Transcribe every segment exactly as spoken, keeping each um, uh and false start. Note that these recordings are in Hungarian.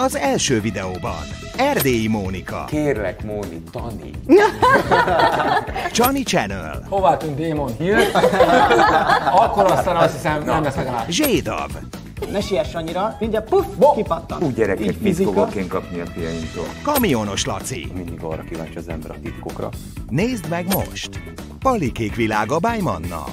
Az első videóban Erdélyi Mónika. Kérlek, Móni, tanít. Johnny Channel. Hová tűnt Démon Hill? Akkor aztán azt hiszem, nem veszek át. Zsédav. Ne siess annyira, mindjárt puff, kipattan. Úgy gyerekek, mit fogok én kapni a fiaimtól? Kamionos Laci. Mindig arra kíváncsi az ember a titkokra. Nézd meg most! Palikék világa by Manna.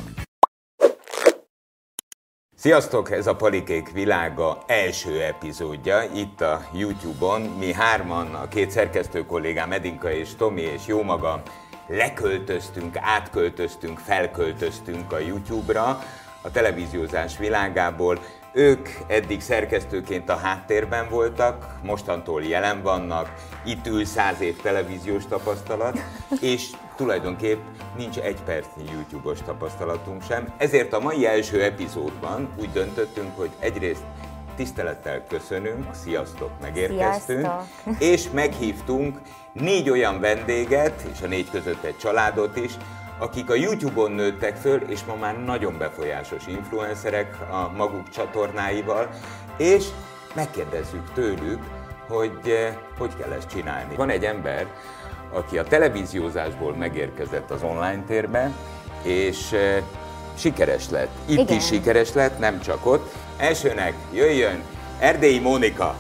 Sziasztok, ez a Palikék világa első epizódja. Itt a YouTube-on mi hárman, a két szerkesztő kollégám, Edinka és Tomi és jómagam leköltöztünk, átköltöztünk, felköltöztünk a YouTube-ra, a televíziózás világából. Ők eddig szerkesztőként a háttérben voltak, mostantól jelen vannak, itt ül száz év televíziós tapasztalat, és tulajdonképp nincs egy percnyi YouTube-os tapasztalatunk sem. Ezért a mai első epizódban úgy döntöttünk, hogy egyrészt tisztelettel köszönünk, sziasztok, megérkeztünk, Sziasztok. És meghívtunk négy olyan vendéget, és a négy között egy családot is, akik a YouTube-on nőttek föl, és ma már nagyon befolyásos influencerek a maguk csatornáival, és megkérdezzük tőlük, hogy eh, hogy kell ezt csinálni. Van egy ember, aki a televíziózásból megérkezett az online térbe, és eh, sikeres lett. Itt Igen. is sikeres lett, nem csak ott. Elsőnek jöjjön Erdélyi Mónika.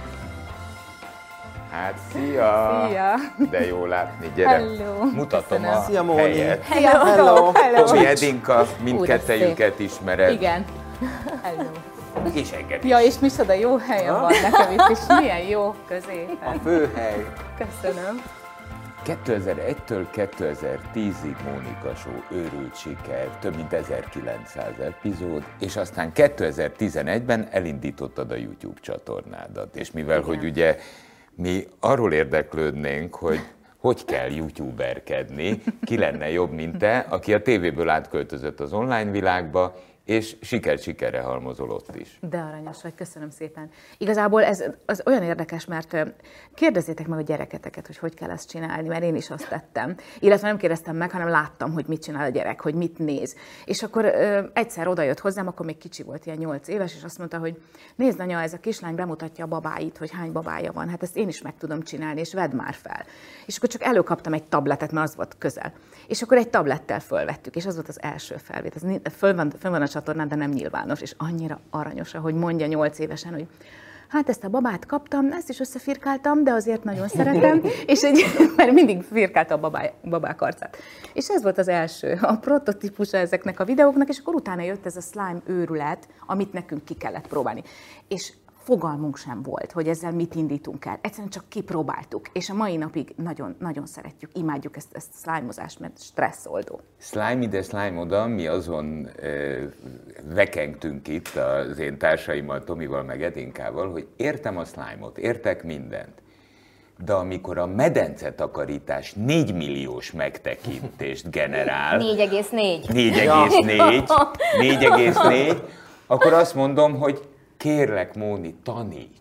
Hát, szia! Szia! De jó látni, gyere! Hello. Mutatom Köszönöm. a Szia, Móni. helyet. Hello! Hello. Hello! Tomi, Edinka, Úr, mindkettejüket ismered. Igen. Hello. És engem is. Ja, és micsoda jó helyen van nekem itt, és milyen jó középen. Főhely. Köszönöm. kétezer-egytől kétezer-tízig Mónika Show őrült siker, több mint ezerkilencszáz epizód, és aztán kétezer-tizenegyben elindítottad a YouTube csatornádat. És mivel, Igen. hogy ugye mi arról érdeklődnénk, hogy hogy kell youtuberkedni, ki lenne jobb, mint te, aki a tévéből átköltözött az online világba, és siker-sikerre halmozol ott is. De aranyos vagy, köszönöm szépen. Igazából ez az olyan érdekes, mert ö, kérdezzétek meg a gyereketeket, hogy hogy kell ezt csinálni, mert én is azt tettem. Illetve nem kérdeztem meg, hanem láttam, hogy mit csinál a gyerek, hogy mit néz. És akkor ö, egyszer odajött hozzám, akkor még kicsi volt, ilyen nyolc éves, és azt mondta, hogy nézd anya, ez a kislány bemutatja a babáit, hogy hány babája van, hát ezt én is meg tudom csinálni, és vedd már fel. És akkor csak előkaptam egy tabletet, mert az volt közel. És akkor egy tablettel fölvettük, és az volt az első felvét. Ez föl van, föl van a csatornán, de nem nyilvános, és annyira aranyos, hogy mondja nyolc évesen, hogy hát ezt a babát kaptam, ezt is összefirkáltam, de azért nagyon szeretem, és egy, mert mindig firkálta a babá, babák arcát. És ez volt az első, a prototípusa ezeknek a videóknak, és akkor utána jött ez a slime őrület, amit nekünk ki kellett próbálni. És fogalmunk sem volt, hogy ezzel mit indítunk el. Egyszerűen csak kipróbáltuk, és a mai napig nagyon, nagyon szeretjük, imádjuk ezt, ezt a slime-ozást, mert stresszoldó. Slime ide, slime oda, mi azon e, vekengtünk itt az én társaimmal, Tomival meg Edinkával, hogy értem a slime-ot, értek mindent. De amikor a medencetakarítás négy milliós megtekintést generál, négy egész négy. négy egész négy, négy egész négy, akkor azt mondom, hogy kérlek, Móni, taníts!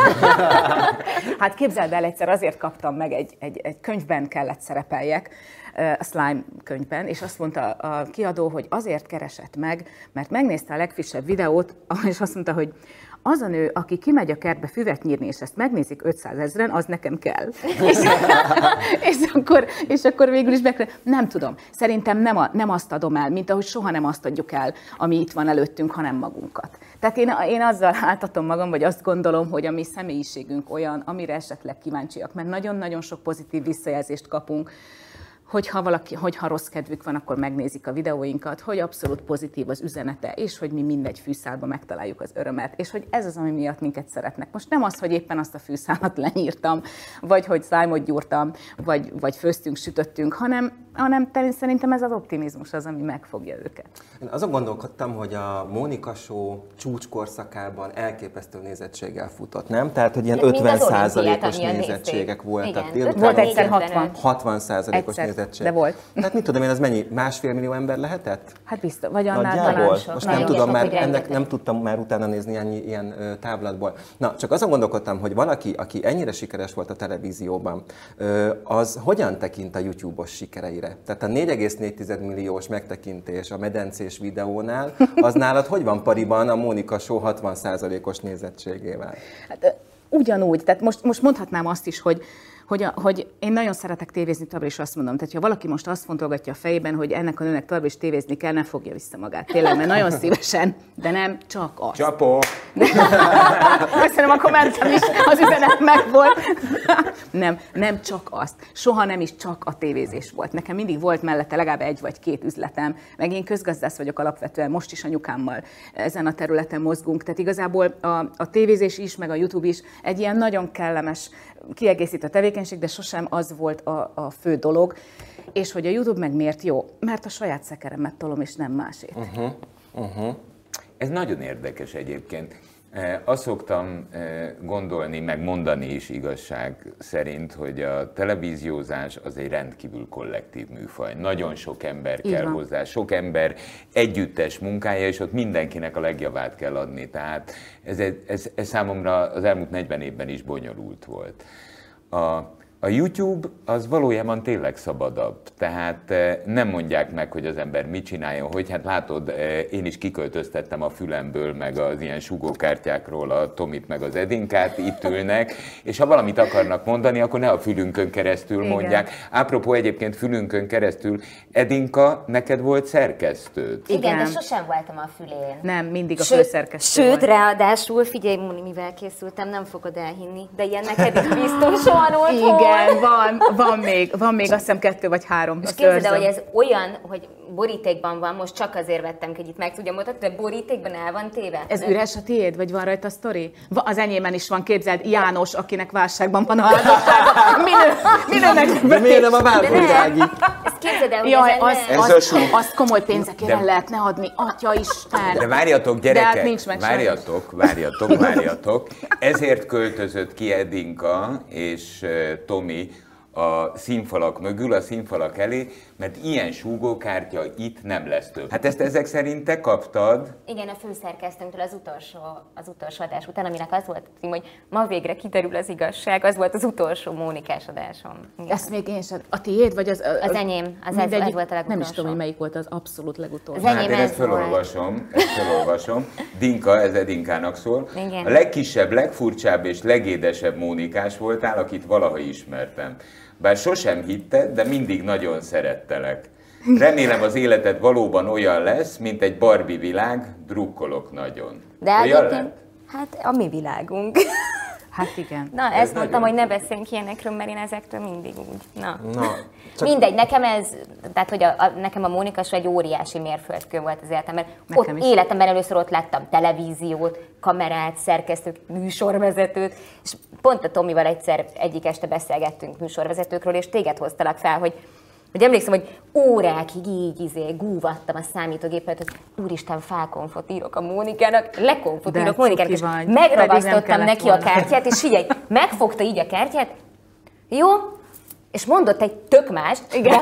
Hát képzeld el, egyszer azért kaptam meg, egy, egy, egy könyvben kellett szerepeljek, a Slime könyvben, és azt mondta a kiadó, hogy azért keresett meg, mert megnézte a legfrissebb videót, és azt mondta, hogy az a nő, aki kimegy a kertbe füvet nyírni, és ezt megnézik ötszázezren, az nekem kell. és, és, akkor, és akkor végül is bekre... Nem tudom. Szerintem nem, a, nem azt adom el, mint ahogy soha nem azt adjuk el, ami itt van előttünk, hanem magunkat. Tehát én, én azzal áltatom magam, vagy azt gondolom, hogy a mi személyiségünk olyan, amire esetleg kíváncsiak, mert nagyon-nagyon sok pozitív visszajelzést kapunk, hogyha, valaki, hogyha rossz kedvük van, akkor megnézik a videóinkat, hogy abszolút pozitív az üzenete, és hogy mi mindegy fűszálba megtaláljuk az örömet, és hogy ez az, ami miatt minket szeretnek. Most nem az, hogy éppen azt a fűszálat lenyírtam, vagy hogy slime-ot gyúrtam, vagy, vagy főztünk, sütöttünk, hanem, hanem szerintem ez az optimizmus az, ami megfogja őket. Én azon gondolkodtam, hogy a Mónika Show csúcskorszakában elképesztő nézettséggel futott, nem? Tehát, hogy ilyen ötven százalékos nézettségek voltak. Igen, volt egyszer hatvan. hatvan százalékos nézettség. De volt. Tehát mit tudom én, ez mennyi? Másfél millió ember lehetett? Hát biztos, vagy annál Nagyjából. talán. Most nem tudom, már ennek nem tudtam már utána nézni ilyen, ilyen ö, távlatból. Na, csak azon gondolkodtam, hogy valaki, aki ennyire sikeres volt a televízióban, ö, az hogyan tekint a YouTube-os sikereire? Tehát a négy egész négy milliós megtekintés a medencés videónál, az nálad hogy van pariban a Mónika Show hatvan százalékos nézettségével? Hát, ugyanúgy, tehát most, most mondhatnám azt is, hogy Hogy, a, hogy én nagyon szeretek tévézni, továbbra is azt mondom. Tehát, ha valaki most azt fontolgatja a fejében, hogy ennek a nőnek továbbra is tévézni kell, ne fogja vissza magát. Tényleg, mert nagyon szívesen, de nem csak azt. Csapó! Köszönöm, a kommentem is, az üzenet meg volt. Nem, nem csak azt. Soha nem is csak a tévézés volt. Nekem mindig volt mellette legalább egy vagy két üzletem. Meg én közgazdász vagyok alapvetően, most is anyukámmal ezen a területen mozgunk. Tehát igazából a, a tévézés is, meg a YouTube is egy ilyen nagyon kellemes kiegészítő tevékenység, de sosem az volt a, a fő dolog. És hogy a YouTube meg miért jó? Mert a saját szekeremet tolom, és nem másét. Uh-huh. Uh-huh. Ez nagyon érdekes egyébként. Azt szoktam gondolni, meg mondani is igazság szerint, hogy a televíziózás az egy rendkívül kollektív műfaj. Nagyon sok ember kell hozzá, sok ember együttes munkája, és ott mindenkinek a legjavát kell adni. Tehát ez, ez, ez számomra az elmúlt negyven évben is bonyolult volt. A, A YouTube az valójában tényleg szabadabb, tehát nem mondják meg, hogy az ember mit csináljon, hogy hát látod, én is kiköltöztettem a fülemből, meg az ilyen sugókártyákról a Tomit, meg az Edinkát, itt ülnek, és ha valamit akarnak mondani, akkor ne a fülünkön keresztül Igen. mondják. Apropó egyébként fülünkön keresztül, Edinka, neked volt szerkesztőd? Igen, Igen. de sosem voltam a fülén. Nem, mindig a Sőt, főszerkesztő Sőt, volt. ráadásul, figyelj, Muni, mivel készültem, nem fogod elhinni, de ilyen neked is biztos van otthon. Igen, van, van még, van még azt hiszem kettő vagy három. És képzeld el, hogy ez olyan, hogy borítékban van, most csak azért vettem ki, hogy itt meg tudjam mutatni, de borítékban el van téve. Ez üres a tiéd, vagy van rajta a sztori? Az enyémben is van, képzeld, János, akinek válságban van a házassága. Minő, minőnek De miért nem a Válföldrági? Ezt képzeld el, hogy Jaj, ezen azt, nem- Ez a azt, súly. azt komoly pénzekért De- el lehetne adni, Atya Isten! De várjatok, De hát gyerekek, nincs meg várjatok, várjatok, várjatok. Ezért költözött ki Edinka és uh, Tomi a színfalak mögül, a színfalak elé, mert ilyen súgókártya itt nem lesz több. Hát ezt ezek szerint te kaptad. Igen, a főszerkesztőnktől az utolsó, az utolsó adás után, aminek az volt, hogy ma végre kiderül az igazság, az volt az utolsó Mónikás adásom. Igen. Ezt még én sem. A tiéd, vagy az... Az enyém, az ez, ez mindegyik- volt a legutolsó. Nem is tudom, hogy melyik volt az abszolút legutolsó. Az enyém Hát én ez ezt felolvasom, ezt felolvasom. Dinka, ez Edinkának szól. Igen. A legkisebb, legfurcsább és legédesebb Mónikás voltál, akit valaha ismertem. Bár sosem hitted, de mindig nagyon szerettelek. Remélem az életed valóban olyan lesz, mint egy Barbie világ, drukkolok nagyon. De Olyan egyébként, lett? hát a mi világunk. Hát igen. Na, ezt mondtam, hogy ne beszéljünk ilyenekről, mert én ezektől mindig úgy. Na. Na, csak- Mindegy, nekem ez, tehát hogy a, a, nekem a Mónika Show egy óriási mérföldkő volt az életemben. Ott Nekem is. életemben először ott láttam televíziót, kamerát, szerkesztőt, műsorvezetőt, és pont a Tomival egyszer egyik este beszélgettünk műsorvezetőkről, és téged hoztalak fel, hogy hogy emlékszem, hogy órákig így izé, gúvattam a számítógépet, hogy úristen, fálkonfot írok a Mónikának, lekonfot De írok Mónikának, és cuki vagy. Pedig nem megragasztottam kellett neki volna. a kártyát, és figyelj, megfogta így a kártyát, jó, és mondott egy tök mást, igen.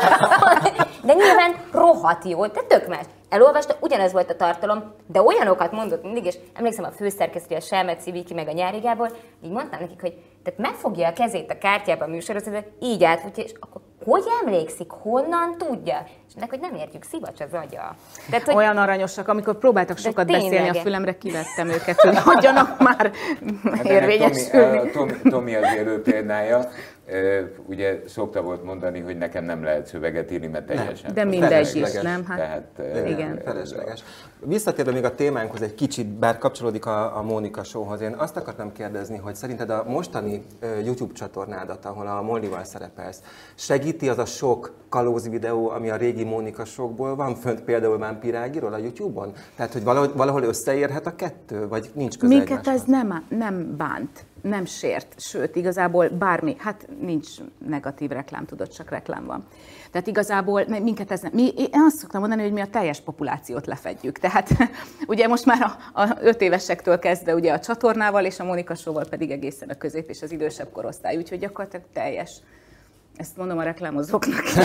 De nyilván rohadt jó, de tök más. Elolvasta, ugyanez volt a tartalom, de olyanokat mondott mindig, és emlékszem a főszerkesztő, a Selmeci Viki, meg a Nyári Gábor, így mondtam nekik, hogy tehát megfogja a kezét a kártyába a műsorvezető, így átfutja, és akkor hogy emlékszik, honnan tudja? És ennek, hogy nem értjük, szivacs az agya. Tehát, hogy Olyan aranyosak, amikor próbáltak sokat tényleg. beszélni a fülemre, kivettem őket, hogy hagyjanak már Hát ennek érvényesülni. Tomi, a Tomi, Tomi az élő példája. Ugye szokta volt mondani, hogy nekem nem lehet szöveget írni, mert teljesen. De mindegy is, felesleges. nem? Hát, Tehát, igen. Felesleges. Visszatérve még a témánkhoz egy kicsit, bár kapcsolódik a, a Mónika Showhoz, én azt akartam kérdezni, hogy szerinted a mostani uh, YouTube csatornádat, ahol a Mollival szerepelsz, segíti az a sok kalóz videó, ami a régi Mónika Showból van, fönt például Vámpírágiról a YouTube-on? Tehát, hogy valahogy, valahol összeérhet a kettő, vagy nincs köze Minket egymáshoz? ez nem, nem bánt, nem sért, sőt, igazából bármi, hát nincs negatív reklám, tudod, csak reklám van. Tehát igazából minket ez nem, mi, én azt szoktam mondani, hogy mi a teljes populációt lefedjük. Tehát ugye most már a, a öt évesektől kezdve ugye a csatornával, és a Mónika Showval pedig egészen a közép és az idősebb korosztály, úgyhogy gyakorlatilag teljes. Ezt mondom a reklámozóknak is.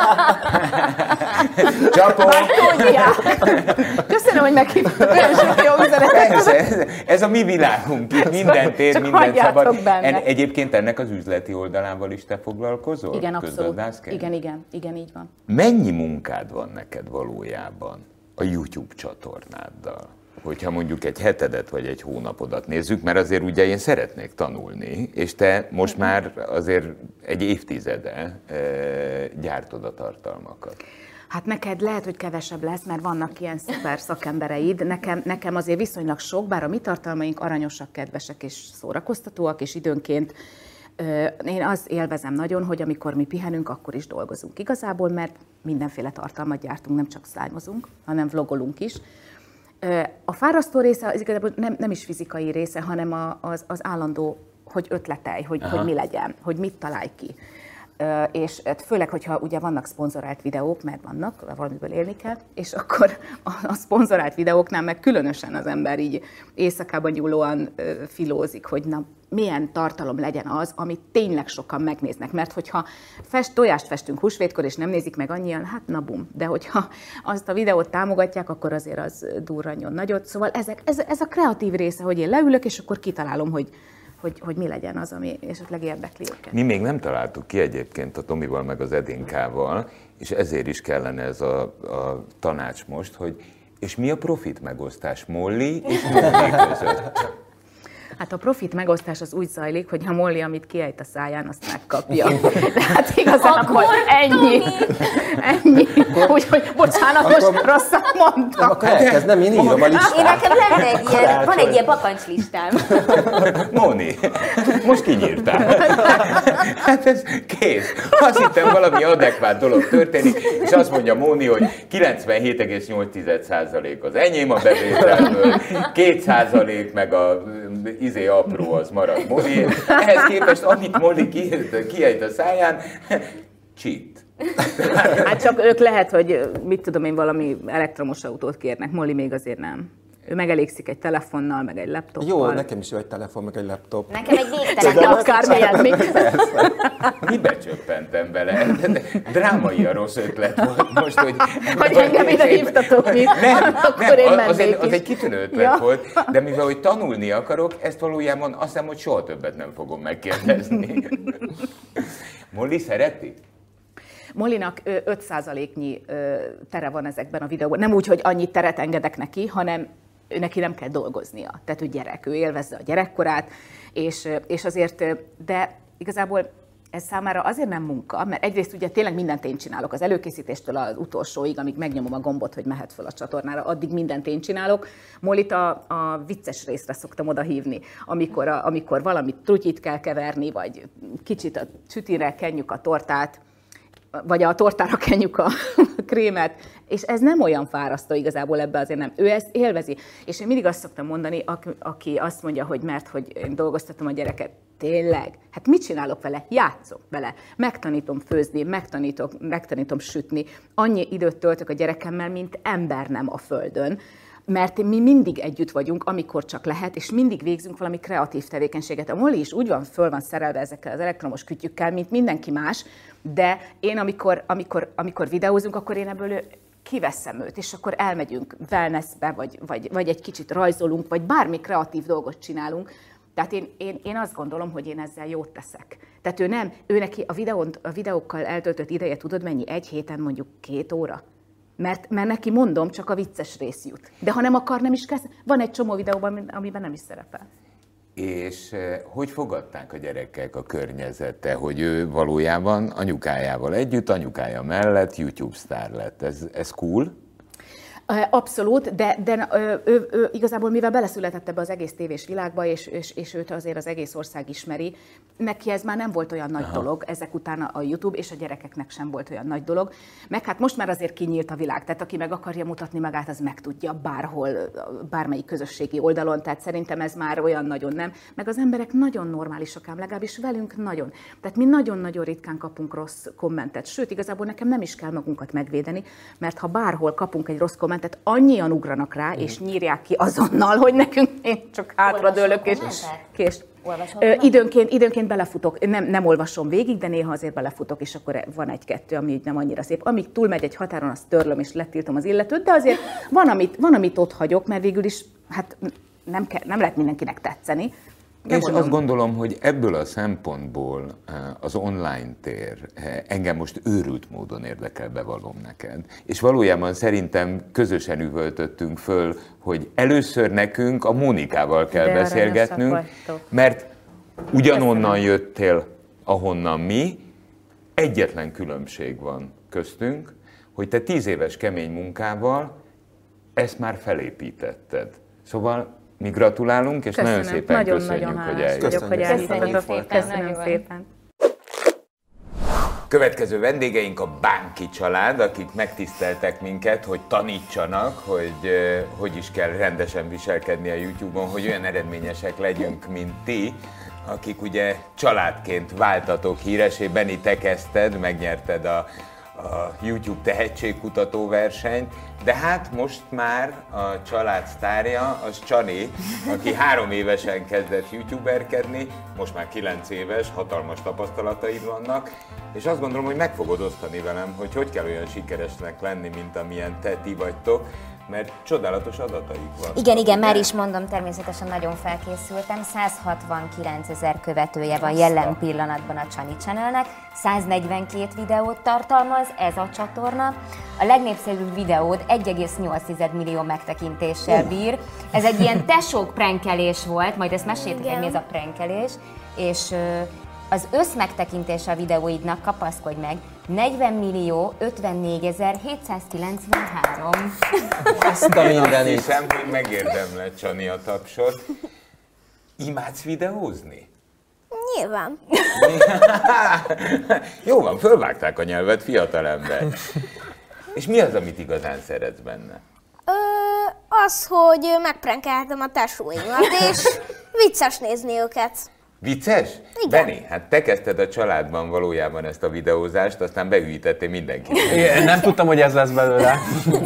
Csapó! Tudják! Köszönöm, hogy meghívtak, olyan sok jó üzenetet. Ez, ez, ez a mi világunk, itt minden tér, Csak minden hagyjátok szabad. benne. En, egyébként ennek az üzleti oldalával is te foglalkozol? Igen, abszolút. Közgazdászként? Igen, igen, igen, így van. Mennyi munkád van neked valójában a YouTube csatornáddal? hogyha mondjuk egy hetedet vagy egy hónapodat nézzük, mert azért ugye én szeretnék tanulni, és te most már azért egy évtizede gyártod a tartalmakat. Hát neked lehet, hogy kevesebb lesz, mert vannak ilyen szuper szakembereid. Nekem, nekem azért viszonylag sok, bár a mi tartalmaink aranyosak, kedvesek és szórakoztatóak, és időnként én azt élvezem nagyon, hogy amikor mi pihenünk, akkor is dolgozunk igazából, mert mindenféle tartalmat gyártunk, nem csak szlájmozunk, hanem vlogolunk is. A fárasztó része az igazából nem, nem is fizikai része, hanem a, az, az állandó, hogy ötletelj, hogy, hogy mi legyen, hogy mit találj ki. És főleg, hogyha ugye vannak szponzorált videók, mert vannak, valamiből élni kell, és akkor a szponzorált videóknál meg különösen az ember így éjszakában nyúlóan filózik, hogy na, milyen tartalom legyen az, amit tényleg sokan megnéznek. Mert hogyha fest, tojást festünk húsvétkor, és nem nézik meg annyian, hát na bum. De hogyha azt a videót támogatják, akkor azért az durranjon nagyot. Szóval ezek, ez, ez a kreatív része, hogy én leülök, és akkor kitalálom, hogy Hogy, hogy mi legyen az, ami esetleg érdekli őket. Mi még nem találtuk ki egyébként a Tomival meg az Edinkával, és ezért is kellene ez a, a tanács most, hogy és mi a profit megosztás Molly és Molly között? Hát a profit megosztás az úgy zajlik, hogy a Molly, amit kiejt a száján, azt megkapja. De hát igazából ennyi. Ennyi. Úgyhogy bocsánat, most rosszat mondtam. Akkor elkezdem, én írom a listát. Én nekem lenne egy ilyen, van egy ilyen bakancslistám. Móni, most kinyírtál. Hát ez kész. Azt hittem, valami adekvát dolog történik, és azt mondja Móni, hogy kilencvenhét egész nyolc százalék az enyém a bevételből, két százalék meg a izé apró, az marad Molly. Ehhez képest, amit Molly kiejt a száján, cheat. Hát csak ők lehet, hogy mit tudom én, valami elektromos autót kérnek, Molly még azért nem. Ő megelégszik egy telefonnal, meg egy laptoppal. Jó, nekem is jó egy telefon, meg egy laptop. Nekem egy végtelen. Akármilyen még. Mibe csöppentem bele? Drámai a rossz ötlet volt most, hogy... Hogy engem ide hívtatok mi? Nem, akkor én nem az, egy, az is. egy kitűnő ötlet ja. volt, de mivel hogy tanulni akarok, ezt valójában azt hiszem, hogy soha többet nem fogom megkérdezni. Molly szereti? Mollynak öt százaléknyi tere van ezekben a videóban. Nem úgy, hogy annyit teret engedek neki, hanem ő neki nem kell dolgoznia. Tehát ő gyerek, ő élvezze a gyerekkorát, és, és azért, de igazából ez számára azért nem munka, mert egyrészt ugye tényleg mindent én csinálok, az előkészítéstől az utolsóig, amíg megnyomom a gombot, hogy mehet fel a csatornára, addig mindent én csinálok. Mollyt a, a vicces részre szoktam oda hívni, amikor, a, amikor valamit trutyit kell keverni, vagy kicsit a sütire kenjük a tortát, vagy a tortára kenjük a krémet, és ez nem olyan fárasztó igazából, ebbe azért nem. Ő ezt élvezi. És én mindig azt szoktam mondani, aki azt mondja, hogy mert hogy én dolgoztatom a gyereket, tényleg, hát mit csinálok vele? Játszok vele. Megtanítom főzni, megtanítom, megtanítom sütni. Annyi időt töltök a gyerekemmel, mint ember nem a földön. Mert mi mindig együtt vagyunk, amikor csak lehet, és mindig végzünk valami kreatív tevékenységet. A Molly is úgy van, föl van szerelve ezekkel az elektromos kütyükkel, mint mindenki más, de én amikor, amikor, amikor videózunk, akkor én ebből kiveszem őt, és akkor elmegyünk wellnessbe, vagy, vagy, vagy egy kicsit rajzolunk, vagy bármi kreatív dolgot csinálunk. Tehát én, én, én azt gondolom, hogy én ezzel jót teszek. Tehát ő nem, ő neki a, videón, a videókkal eltöltött ideje, tudod mennyi? Egy héten mondjuk két óra? Mert, mert neki mondom, csak a vicces rész jut. De ha nem akar, nem is kezd. Van egy csomó videóban, amiben nem is szerepel. És hogy fogadták a gyerekek a környezete, hogy ő valójában anyukájával együtt, anyukája mellett YouTube sztár lett? Ez, ez cool? Abszolút, de, de ő, ő, ő igazából mivel beleszületett ebbe az egész tévés világba, és, és, és őt azért az egész ország ismeri, neki ez már nem volt olyan nagy Aha. dolog, ezek után a YouTube, és a gyerekeknek sem volt olyan nagy dolog. Meg hát most már azért kinyílt a világ, tehát aki meg akarja mutatni magát, az meg tudja bárhol, bármelyik közösségi oldalon, tehát szerintem ez már olyan nagyon nem. Meg az emberek nagyon normálisak ám, legalábbis velünk nagyon. Tehát mi nagyon-nagyon ritkán kapunk rossz kommentet, sőt, igazából nekem nem is kell magunkat megvédeni, mert ha bárhol kapunk egy rossz kommentet, tehát annyian ugranak rá, mm. és nyírják ki azonnal, hogy nekünk én csak hátradőlök, és kés. Ö, időnként, időnként belefutok, nem, nem olvasom végig, de néha azért belefutok, és akkor van egy-kettő, ami nem annyira szép. Amíg túlmegy egy határon, azt törlöm, és letiltom az illetőt, de azért van, amit, van, amit ott hagyok, mert végül is hát nem, kell, nem lehet mindenkinek tetszeni, És mondom, azt gondolom, hogy ebből a szempontból az online tér engem most őrült módon érdekel, bevallom neked. És valójában szerintem közösen üvöltöttünk föl, hogy először nekünk a Mónikával kell De beszélgetnünk, mert ugyanonnan jöttél, ahonnan mi, egyetlen különbség van köztünk, hogy te tíz éves kemény munkával ezt már felépítetted. Szóval mi gratulálunk, és köszönöm. Nagyon szépen nagyon, köszönjük, nagyon hogy eljöttél. Vagyok, hogy Köszönjük szépen. Köszönöm Nagyon szépen. Következő vendégeink a Bánki család, akik megtiszteltek minket, hogy tanítsanak, hogy uh, hogy is kell rendesen viselkedni a YouTube-on, hogy olyan eredményesek legyünk, mint ti, akik ugye családként váltatok híressé. Benni, te kezdted, megnyerted a, a YouTube tehetségkutató versenyt, de hát most már a család sztárja az Csani, aki három évesen kezdett youtuberkedni, most már kilenc éves, hatalmas tapasztalataid vannak, és azt gondolom, hogy meg fogod osztani velem, hogy hogy kell olyan sikeresnek lenni, mint amilyen te ti vagytok, mert csodálatos adataik vannak. Igen, igen, már is mondom, természetesen nagyon felkészültem. száz hatvankilencezer követője van jelen pillanatban a Csani Channelnek, száznegyvenkét videót tartalmaz ez a csatorna. A legnépszerűbb videód egy egész nyolc millió megtekintéssel bír. Ez egy ilyen tesók prankelés volt, majd ezt meséljétek, hogy mi ez a prankelés, és az összmegtekintése a videóidnak, kapaszkodj meg, negyven millió ötvennégyezer-hétszázkilencvenhárom. Azt a mindenit. Hiszem, hogy megérdemled Csani a tapsot. Imádsz videózni? Nyilván. Jó van, fölvágták a nyelvet, fiatalember. És mi az, amit igazán szeretsz benne? Ö, az, hogy megprankeltem a tesóimat, és vicces nézni őket. Vicces? Igen. Benni, hát te kezdted a családban valójában ezt a videózást, aztán beürítettél mindenkit. Igen, nem tudtam, hogy ez lesz belőle.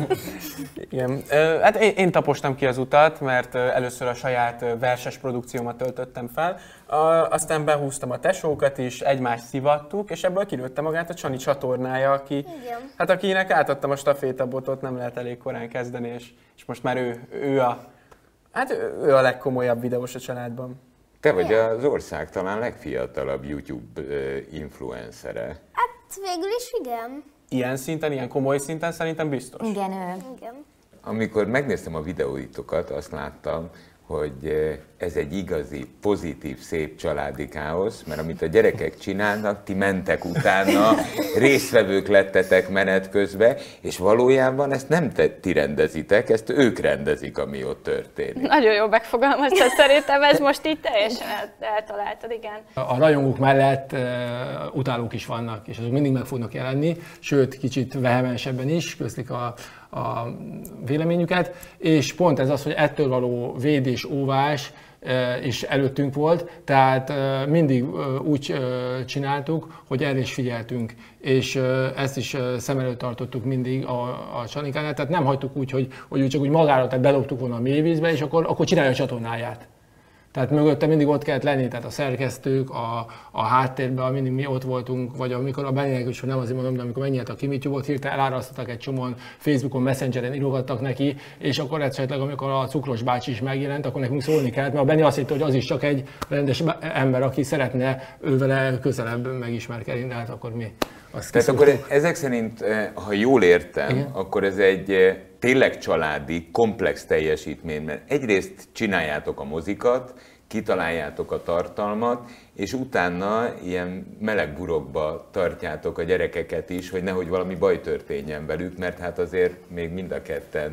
Igen. Hát én, én tapostam ki az utat, mert először a saját verses produkciómat töltöttem fel, aztán behúztam a tesókat is, egymást szivattuk, és ebből kinőtte magát a Csani csatornája, aki, Igen. hát akinek átadtam a stafétabotot, nem lehet elég korán kezdeni, és, és most már ő, ő, a, hát ő a legkomolyabb videós a családban. Te vagy az ország talán legfiatalabb YouTube influencere. Hát végül is igen. Ilyen szinten, ilyen komoly szinten szerintem biztos. Igen, ő. Igen. Amikor megnéztem a videóitokat, azt láttam, hogy ez egy igazi, pozitív, szép családi káosz, mert amit a gyerekek csinálnak, ti mentek utána, résztvevők lettetek menet közben, és valójában ezt nem te, ti rendezitek, ezt ők rendezik, ami ott történik. Nagyon jó megfogalmaztad, szerintem ez most így teljesen el, eltaláltad, igen. A rajongók mellett uh, utálók is vannak, és azok mindig meg fognak jelenni, sőt, kicsit vehemensebben is közlik a, a véleményüket, és pont ez az, hogy ettől való védés, óvás is előttünk volt, tehát mindig úgy csináltuk, hogy erre is figyeltünk, és ezt is szem előtt tartottuk mindig a, a Csanikánál, tehát nem hagytuk úgy, hogy, hogy csak úgy magára, tehát bedobtuk volna a mélyvízbe, és akkor, akkor csinálja a csatornáját. Tehát mögötte mindig ott kellett lenni, tehát a szerkesztők, a, a háttérben mindig mi ott voltunk, vagy amikor a Benninek is, hogy nem azért mondom, de amikor megnyílt a YouTube-ot, hirtelen elárasztottak egy csomóan, Facebookon, Messengeren írogattak neki, és akkor esetleg, amikor a Cukros bácsi is megjelent, akkor nekünk szólni kellett, mert a Benni azt hitte, hogy az is csak egy rendes ember, aki szeretne ővele közelebb megismerkedni, de hát akkor mi azt Tehát akkor ezek szerint, ha jól értem, igen, akkor ez egy tényleg családi, komplex teljesítmény, mert egyrészt csináljátok a mozikat, kitaláljátok a tartalmat, és utána ilyen meleg burokba tartjátok a gyerekeket is, hogy nehogy valami baj történjen velük, mert hát azért még mind a ketten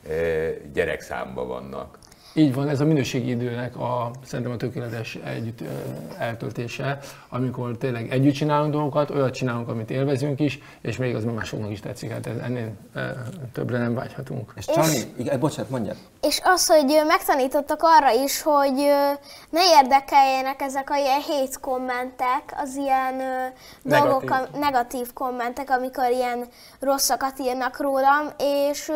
gyerekszámban vannak. Így van, ez a minőségi időnek a, szerintem a tökéletes együtt eltöltése, amikor tényleg együtt csinálunk dolgokat, olyat csinálunk, amit élvezünk is, és még az másoknak is tetszik, hát ennél többre nem vágyhatunk. És Csani, igen, bocsánat, mondjad. És az, hogy megtanítottak arra is, hogy ne érdekeljenek ezek a ilyen hate kommentek, az ilyen negatív. dolgok, negatív kommentek, amikor ilyen rosszakat írnak rólam, és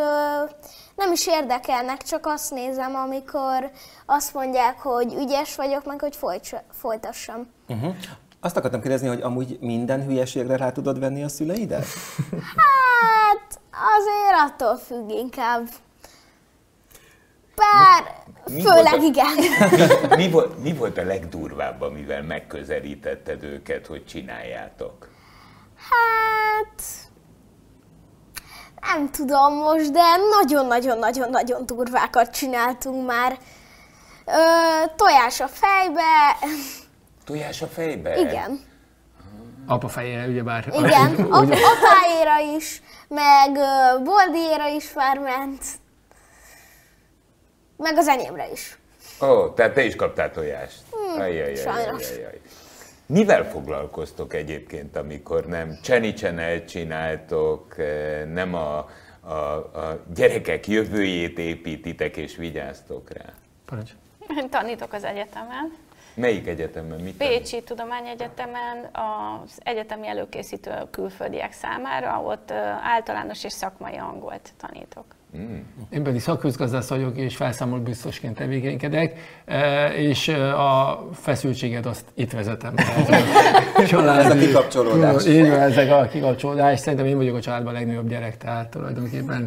nem is érdekelnek, csak azt nézem, amikor azt mondják, hogy ügyes vagyok, meg hogy folytassam. Uh-huh. Azt akartam kérdezni, hogy amúgy minden hülyeségre rá tudod venni a szüleidet? Hát azért attól függ inkább. Bár Mi Főleg volt a, igen. Mi, mi, volt, mi volt a legdurvább, amivel megközelítetted őket, hogy csináljátok? Hát... Nem tudom most, de nagyon-nagyon-nagyon-nagyon durvákat csináltunk már. Ö, tojás a fejbe. Tojás a fejbe? Igen. Apa fejére, ugyebár. Igen, ap- apáéra is, meg uh, Boldiéra is már ment. Meg az enyémre is. Ó, oh, tehát te is kaptál tojást. Hmm, Ajjajjaj, sajnos. ajjajjaj. Mivel foglalkoztok egyébként, amikor nem Csenny Channel csináltok, nem a, a, a gyerekek jövőjét építitek és vigyáztok rá? Parancs. Tanítok az egyetemen. Melyik egyetemen? Mit tanít? Pécsi Tudományegyetemen az egyetemi előkészítő külföldiek számára, ott általános és szakmai angolt tanítok. Mm. Én pedig szakközgazdász vagyok, és felszámoló biztosként tevékenykedek, és a feszültséget azt itt vezetem. Ez a kikapcsolódás. Így van, ezek a kikapcsolódás. Szerintem én vagyok a családban a legnagyobb gyerek, tehát tulajdonképpen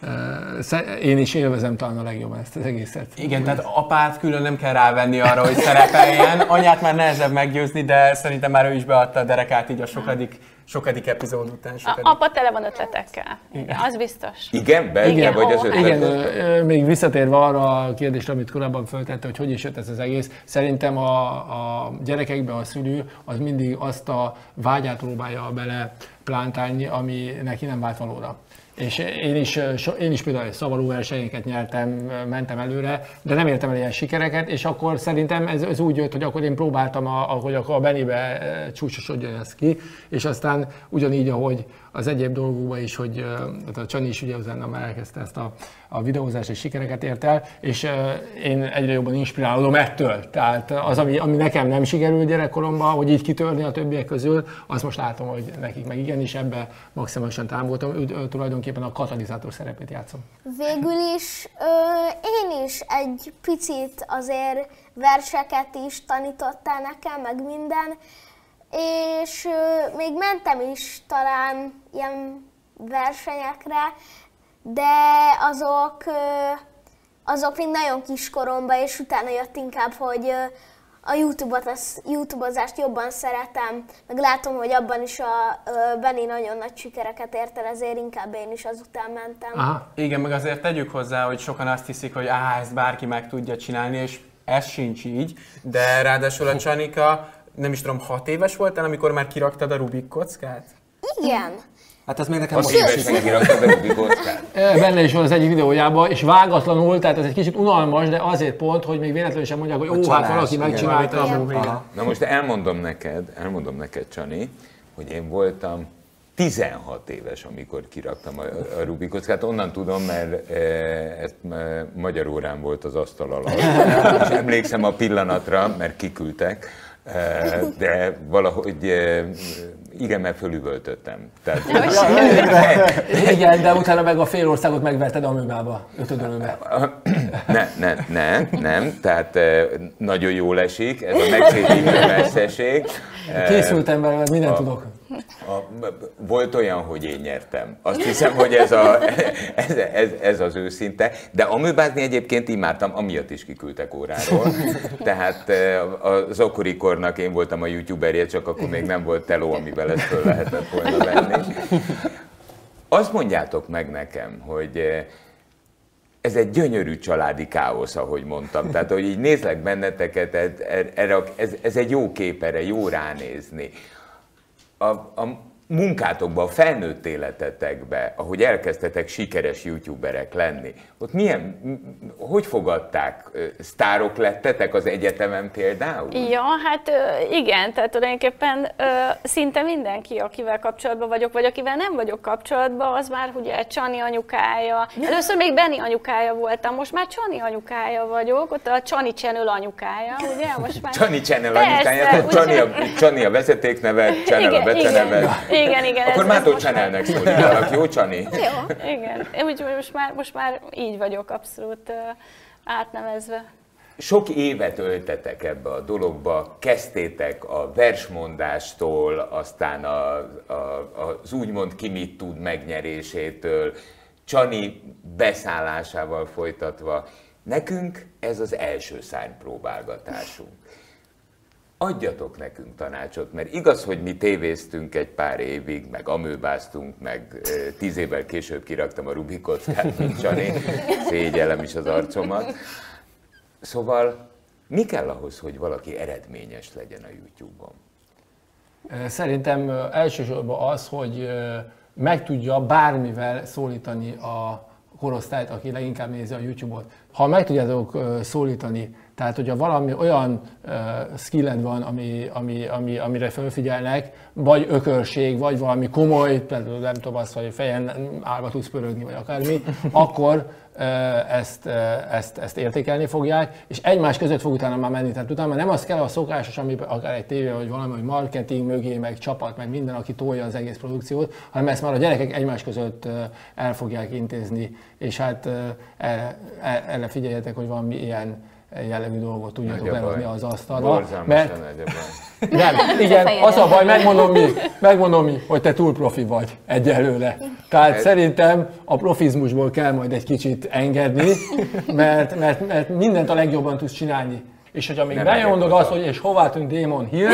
én is élvezem talán a legjobban ezt az egészet. Igen, tehát apát külön nem kell rávenni arra, hogy szerepeljen. Anyát már nehezebb meggyőzni, de szerintem már ő is beadta a derekát így a sokadik, sokadik epizód után. Sokadik. A apa tele van ötletekkel. Igen, az biztos. Igen? Be? Igen, vagy az ó, ötlet? Igen, még visszatérve arra a kérdésre, amit korábban föltette, hogy hogy is jött ez az egész, szerintem a, a gyerekekbe a szülő az mindig azt a vágyát próbálja bele plántálni, ami neki nem vált valóra. És én is, én is például szavaló versenyeket nyertem, mentem előre, de nem értem el ilyen sikereket, és akkor szerintem ez, ez úgy jött, hogy akkor én próbáltam, ahogy a Bennibe csúcsosodjon ez ki, és aztán ugyanígy, ahogy az egyéb dolgokban is, hogy a Csanyi is ugye utána már elkezdte ezt a, a videózást és sikereket ért el, és én egyre jobban inspirálódom ettől. Tehát az, ami, ami nekem nem sikerült gyerekkoromban, hogy így kitörni a többiek közül, azt most látom, hogy nekik meg igenis ebbe maximálisan támogatom, ő tulajdonképpen a katalizátor szerepét játszom. Végül is ö, én is egy picit azért verseket is tanítottál nekem, meg minden, és ö, még mentem is talán ilyen versenyekre, de azok, ö, azok még nagyon kiskoromban, és utána jött inkább, hogy ö, a YouTube-ot, az, YouTube-ozást jobban szeretem, meg látom, hogy abban is a ö, Benni nagyon nagy sikereket ért el, ezért inkább én is azután mentem. Aha. Igen, meg azért tegyük hozzá, hogy sokan azt hiszik, hogy áh, ezt bárki meg tudja csinálni, és ez sincs így, de ráadásul a Csanika, nem is tudom, hat éves voltál, amikor már kiraktad a Rubik kockát? Igen. Hát az még nekem Azt most évesen kiraktad a Rubik kockát? Benne is van az egyik videójában, és vágatlanul, tehát ez egy kicsit unalmas, de azért pont, hogy még véletlenül sem mondják, hogy ó, hát valaki megcsinálta a múlva. Na most elmondom neked, elmondom neked, Csani, hogy én voltam tizenhat éves, amikor kiraktam a, a Rubik kockát. Onnan tudom, mert e, ezt e, magyar órán volt az asztal alatt. És emlékszem a pillanatra, mert kiküldtek, e, de valahogy e, igen, mert fölüvöltöttem. Tehát, igen, de utána meg a fél országot megverted amögába, ötödölőbe. Ne, ne, ne, nem, tehát e, nagyon jól esik, ez a megszépítő messzesség. Készültem vele, mert mindent tudok. A, volt olyan, hogy én nyertem. Azt hiszem, hogy ez, a, ez, ez, ez az őszinte. De amöbázni egyébként imádtam, amiatt is kiküldtek óráról. Tehát az akkorikornak én voltam a youtuberje, csak akkor még nem volt teló, amivel ezt föl lehetett volna venni. Azt mondjátok meg nekem, hogy ez egy gyönyörű családi káosz, ahogy mondtam. Tehát, hogy így nézlek benneteket, ez, ez, ez egy jó kép, erre jó ránézni. A, a munkátokban, a felnőtt életetekben, ahogy elkezdtetek sikeres youtuberek lenni, ott milyen, hogy fogadták? Sztárok lettetek az egyetemen például? Ja, hát igen, tehát tulajdonképpen szinte mindenki, akivel kapcsolatban vagyok, vagy akivel nem vagyok kapcsolatban, az már ugye Csani anyukája. Először még Benni anyukája voltam, most már Csani anyukája vagyok, ott a Csani Channel anyukája, ugye? Most már... Csani Channel anyukája, Csani a, Csani a vezetékneve, Channel a beceneve. Igen, igen. Akkor Mátó Channelnek szólítálak, jó Csani? Jó. Igen, úgyhogy most már, most már így vagyok abszolút uh, átnevezve. Sok évet öltetek ebbe a dologba, kezdtétek a versmondástól, aztán a, a, az úgymond ki mit tud megnyerésétől, Csani beszállásával folytatva. Nekünk ez az első szárnypróbálgatásunk. Adjatok nekünk tanácsot, mert igaz, hogy mi tévéztünk egy pár évig, meg amőbáztunk, meg tíz évvel később kiraktam a Rubik kockát, mint Csani, szégyellem is az arcomat. Szóval mi kell ahhoz, hogy valaki eredményes legyen a YouTube-on? Szerintem elsősorban az, hogy meg tudja bármivel szólítani a korosztályt, aki leginkább nézi a YouTube-ot. Ha meg tudjátok szólítani, tehát hogyha valami olyan uh, skilled van, ami, ami, ami, amire felfigyelnek, vagy ökörség, vagy valami komoly, például nem tudom azt, hogy fejen állva tudsz pörögni, vagy akármi, akkor uh, ezt, uh, ezt, ezt értékelni fogják, és egymás között fog utána már menni. Tehát utána nem az kell a szokásos, ami akár egy tévé, vagy valami, hogy marketing mögé, meg csapat, meg minden, aki tolja az egész produkciót, hanem ezt már a gyerekek egymás között uh, el fogják intézni, és hát uh, erre, erre figyeljetek, hogy valami ilyen jellegű dolgot tudjatok lerakni az asztalra. Mert... Nem, igen, az a baj, megmondom mi, megmondom mi, hogy te túl profi vagy egyelőre. Tehát ez... szerintem a profizmusból kell majd egy kicsit engedni, mert, mert, mert mindent a legjobban tudsz csinálni. És hogyha még bejondog azt, hogy és hová tűnt Damon Hill,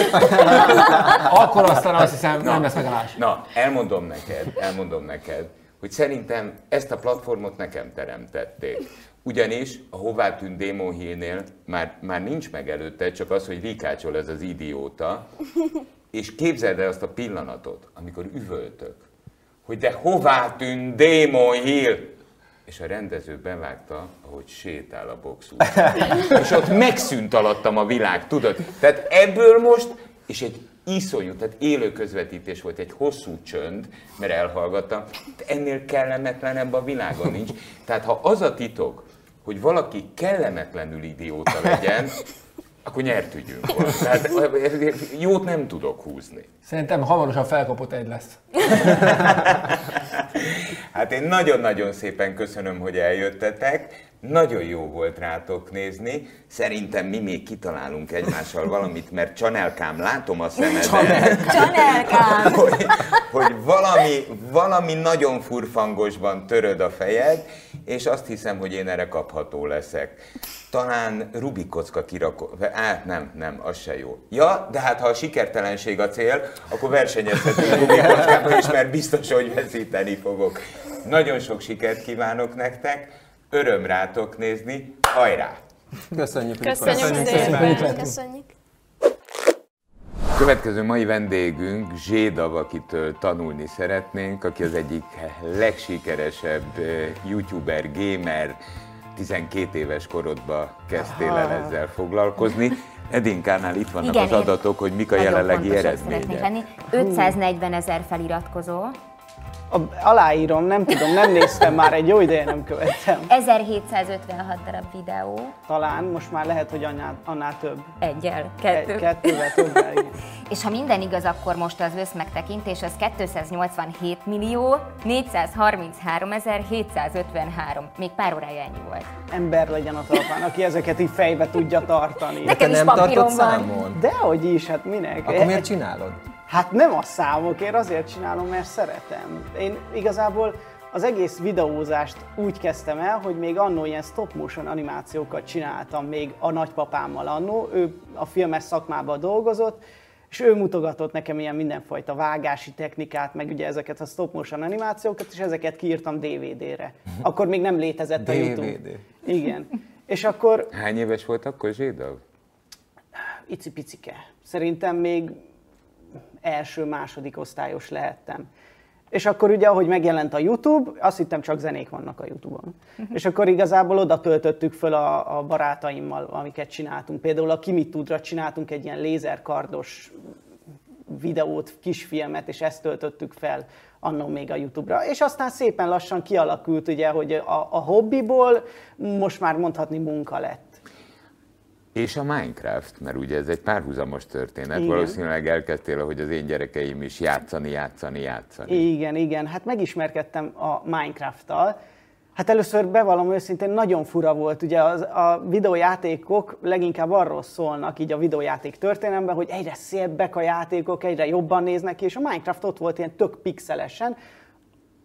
akkor aztán azt hiszem, na, nem lesz megállás. Na, elmondom neked, elmondom neked, hogy szerintem ezt a platformot nekem teremtették. Ugyanis a hová tűnt Damon Hillnél már, már nincs meg előtte, csak az, hogy rikácsol ez az idióta, és képzeld el azt a pillanatot, amikor üvöltök, hogy de hová tűnt Damon Hill? És a rendező bevágta, ahogy sétál a boxútán. És ott megszűnt alattam a világ, tudod? Tehát ebből most, és egy iszonyú, tehát élő közvetítés volt, egy hosszú csönd, mert elhallgattam, ennél kellemetlenebb a világon nincs. Tehát ha az a titok, hogy valaki kellemetlenül idióta legyen, akkor nyert ügyünk van. Tehát jót nem tudok húzni. Szerintem hamarosan felkapott egy lesz. Hát én nagyon-nagyon szépen köszönöm, hogy eljöttetek. Nagyon jó volt rátok nézni. Szerintem mi még kitalálunk egymással valamit, mert Csanelkám, látom a szemeden, Csanelkám! hogy, hogy valami, valami nagyon furfangosban töröd a fejed, és azt hiszem, hogy én erre kapható leszek. Talán Rubik kocka kirakó... Á, nem, nem, az se jó. Ja, de hát ha a sikertelenség a cél, akkor versenyezhetünk Rubik kockában is, mert biztos, hogy veszíteni fogok. Nagyon sok sikert kívánok nektek, öröm rátok nézni, hajrá! Köszönjük! Köszönjük, Köszönjük szépen! Köszönjük. Következő mai vendégünk Zsédav, akitől tanulni szeretnénk, aki az egyik legsikeresebb youtuber, gamer, tizenkét éves korodban kezdtél el ezzel foglalkozni. Edinkánál itt vannak igen, az adatok, hogy mik a jelenlegi eredmények. ötszáznegyven ezer feliratkozó. A, aláírom, nem tudom, nem néztem már, egy jó ideje nem követtem. ezerhétszázötvenhat darab videó. Talán, most már lehet, hogy annál, annál több. Egyel, kettő. Egy, kettővel többel, igen. És ha minden igaz, akkor most az összmegtekintés az kétszáznyolcvanhét millió négyszázharmincháromezer-hétszázötvenhárom. Még pár órája ennyi volt. Ember legyen a talpán, aki ezeket így fejbe tudja tartani. Nekem is nem papírom tartod van. számon? Dehogy is, hát minek? Akkor miért csinálod? Hát nem a számokért, azért csinálom, mert szeretem. Én igazából az egész videózást úgy kezdtem el, hogy még annó ilyen stop motion animációkat csináltam még a nagypapámmal annó. Ő a filmes szakmában dolgozott, és ő mutogatott nekem ilyen mindenfajta vágási technikát, meg ugye ezeket a stop motion animációkat, és ezeket kiírtam dé vé dére. Akkor még nem létezett a YouTube. dé vé dé. Igen. És akkor... Hány éves volt akkor Zsédav? Icipicike. Szerintem még első-második osztályos lehettem. És akkor ugye, ahogy megjelent a YouTube, azt hittem csak zenék vannak a YouTube-on. Uh-huh. És akkor igazából oda töltöttük föl a, a barátaimmal, amiket csináltunk. Például a Ki mit tudra csináltunk egy ilyen lézerkardos videót, kisfilmet, és ezt töltöttük fel annó még a YouTube-ra. És aztán szépen lassan kialakult ugye, hogy a, a hobbiból most már mondhatni munka lett. És a Minecraft, mert ugye ez egy párhuzamos történet, igen. Valószínűleg elkezdtél, ahogy az én gyerekeim is játszani, játszani, játszani. Igen, igen, hát megismerkedtem a Minecraft-tal. Hát először bevallom őszintén, nagyon fura volt, ugye az, a videójátékok leginkább arról szólnak, így a videójáték történelemben, hogy egyre szépebbek a játékok, egyre jobban néznek ki, és a Minecraft ott volt ilyen tök pixelesen,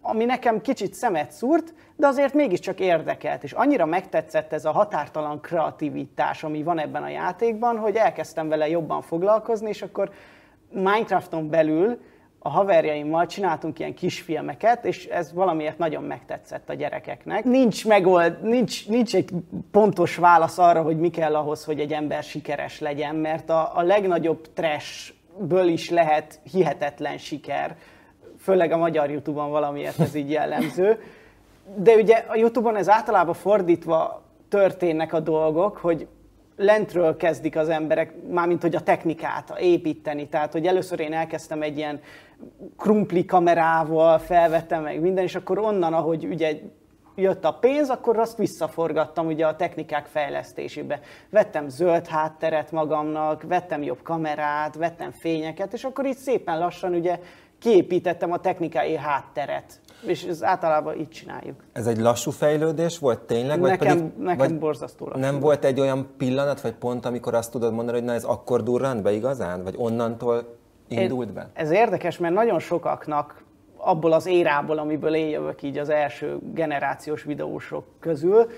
ami nekem kicsit szemet szúrt, de azért mégiscsak érdekelt, és annyira megtetszett ez a határtalan kreativitás, ami van ebben a játékban, hogy elkezdtem vele jobban foglalkozni, és akkor Minecrafton belül a haverjaimmal csináltunk ilyen kisfilmeket, és ez valamiért nagyon megtetszett a gyerekeknek. Nincs megold, nincs, nincs egy pontos válasz arra, hogy mi kell ahhoz, hogy egy ember sikeres legyen, mert a, a legnagyobb trashből is lehet hihetetlen siker, főleg a magyar YouTube-on valamiért ez így jellemző. De ugye a YouTube-on ez általában fordítva történnek a dolgok, hogy lentről kezdik az emberek, mármint hogy a technikát építeni. Tehát, hogy először én elkezdtem egy ilyen krumpli kamerával, felvettem meg minden, és akkor onnan, ahogy ugye jött a pénz, akkor azt visszaforgattam ugye a technikák fejlesztésébe. Vettem zöld hátteret magamnak, vettem jobb kamerát, vettem fényeket, és akkor így szépen lassan ugye kiépítettem a technikai hátteret. És ez általában így csináljuk. Ez egy lassú fejlődés volt tényleg? Vagy Nekem, pedig, nekem vagy borzasztó lassú. Nem volt egy olyan pillanat, vagy pont, amikor azt tudod mondani, hogy na ez akkor durrant be igazán? Vagy onnantól indult be? Ez érdekes, mert nagyon sokaknak abból az érából, amiből én jövök így az első generációs videósok közül,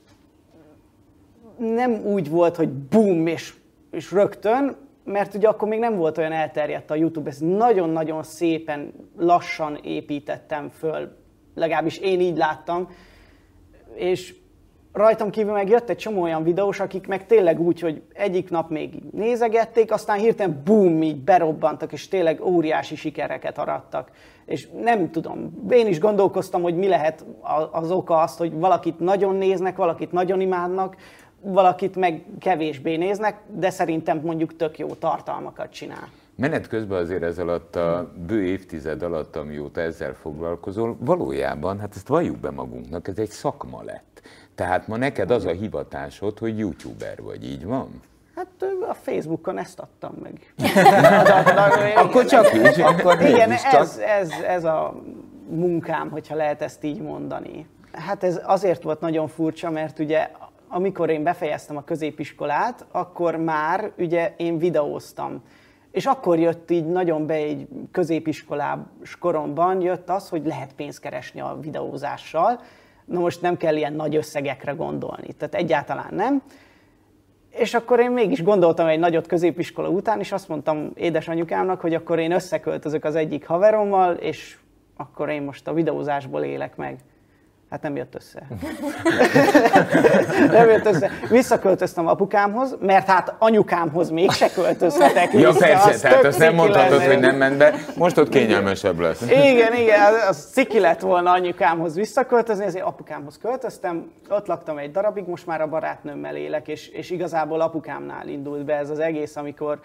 nem úgy volt, hogy bum, és, és rögtön, mert ugye akkor még nem volt olyan elterjedt a YouTube, ezt nagyon-nagyon szépen, lassan építettem föl, legalábbis én így láttam, és rajtam kívül meg jött egy csomó olyan videós, akik meg tényleg úgy, hogy egyik nap még nézegették, aztán hirtelen bum, így berobbantak, és tényleg óriási sikereket arattak. És nem tudom, én is gondolkoztam, hogy mi lehet az oka azt, hogy valakit nagyon néznek, valakit nagyon imádnak, valakit meg kevésbé néznek, de szerintem mondjuk tök jó tartalmakat csinál. Menet közben azért ez alatt a bő évtized alatt, amióta ezzel foglalkozol, valójában, hát ezt valljuk be magunknak, ez egy szakma lett. Tehát ma neked az a hivatásod, hogy youtuber vagy, így van? Hát a Facebookon ezt adtam meg. Akkor csak így, akkor igen, is ez, csak. ez, ez a munkám, hogyha lehet ezt így mondani. Hát ez azért volt nagyon furcsa, mert ugye amikor én befejeztem a középiskolát, akkor már ugye én videóztam. És akkor jött így nagyon be egy középiskolás koromban jött az, hogy lehet pénzt keresni a videózással. Na most nem kell ilyen nagy összegekre gondolni, tehát egyáltalán nem. És akkor én mégis gondoltam egy nagyot középiskola után, és azt mondtam édesanyukámnak, hogy akkor én összeköltözök az egyik haverommal, és akkor én most a videózásból élek meg. Hát nem jött össze. nem jött össze. Visszaköltöztem apukámhoz, mert hát anyukámhoz mégse költözhetek Ja vissza. persze, az tehát azt nem mondhatod, lenne. hogy nem ment be, most ott kényelmesebb lesz. Igen, igen, az ciki lett volna anyukámhoz visszaköltözni, ezért apukámhoz költöztem, ott laktam egy darabig, most már a barátnőmmel élek, és, és igazából apukámnál indult be ez az egész, amikor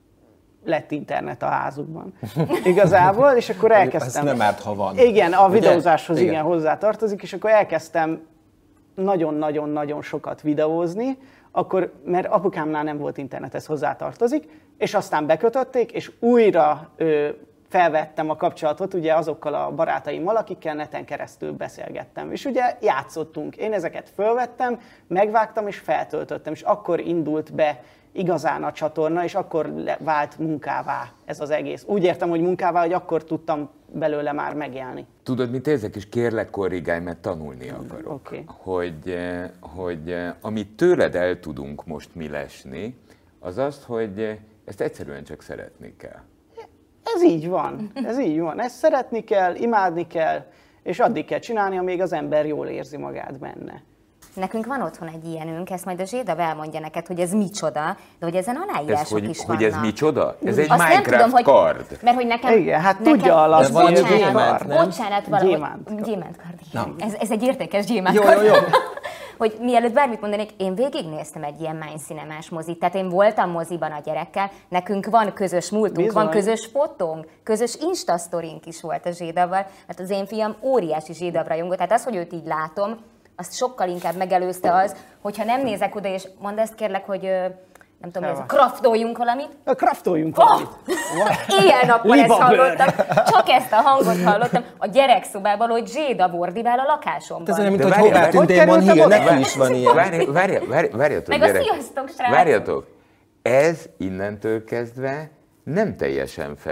lett internet a házukban. Igazából, és akkor elkezdtem... Ez nem árt, ha van. Igen, a videózáshoz igen, igen, hozzá tartozik, és akkor elkezdtem nagyon-nagyon-nagyon sokat videózni, akkor, mert apukámnál nem volt internet, ez hozzá tartozik, és aztán bekötötték, és újra ö, felvettem a kapcsolatot ugye azokkal a barátaimmal, akikkel neten keresztül beszélgettem. És ugye játszottunk. Én ezeket fölvettem, megvágtam és feltöltöttem, és akkor indult be igazán a csatorna, és akkor vált munkává ez az egész. Úgy értem, hogy munkává, hogy akkor tudtam belőle már megélni. Tudod, mit érzek, és kérlek korrigálj, mert tanulni akarok. Okay. Hogy, hogy amit tőled el tudunk most mi lesni, az az, hogy ezt egyszerűen csak szeretni kell. Ez így van, ez így van. Ezt szeretni kell, imádni kell, és addig kell csinálni, amíg az ember jól érzi magát benne. Nekünk van otthon egy ilyenünk, ezt majd a Zséda elmondja neked, hogy ez micsoda, de hogy ezen aláírások ez, hogy, is hogy vannak. ez micsoda? Ez egy Azt Minecraft nem tudom, hogy, kard. Mert hogy nekem... Igen, hát nekem, tudja alatt, valami bocsánat, gyémánt, nem? bocsánat, valahogy... Gyémánt. Gyémánt kard, igen. Ez, ez egy értékes gyémánt Jó, kard. jó, jó. Hogy mielőtt bármit mondanék, én végignéztem egy ilyen mindcinemás mozit, tehát én voltam moziban a gyerekkel, nekünk van közös múltunk, Bizony. van közös fotónk, közös instasztorink is volt a Zsédával, mert az én fiam óriási Zsédav rajongó, tehát az, hogy őt így látom, azt sokkal inkább megelőzte az, hogyha nem nézek oda, és mondd ezt kérlek, hogy nem tudom, ez, kraftoljunk valamit. A kraftoljunk valamit. Oh! Éjjel-nappal ezt hallottam, csak ezt a hangot hallottam a gyerekszobában, hogy Zséda ordibál a lakásomban. Ez olyan, mint De hogy várjál, hová hogy tűnt Damon kerültem Hill, oda? neki is van ilyen. Várj, várj, várj, várjatok, Meg a gyerek. sziasztok, srácok! Várjatok, ez innentől kezdve nem teljesen fair,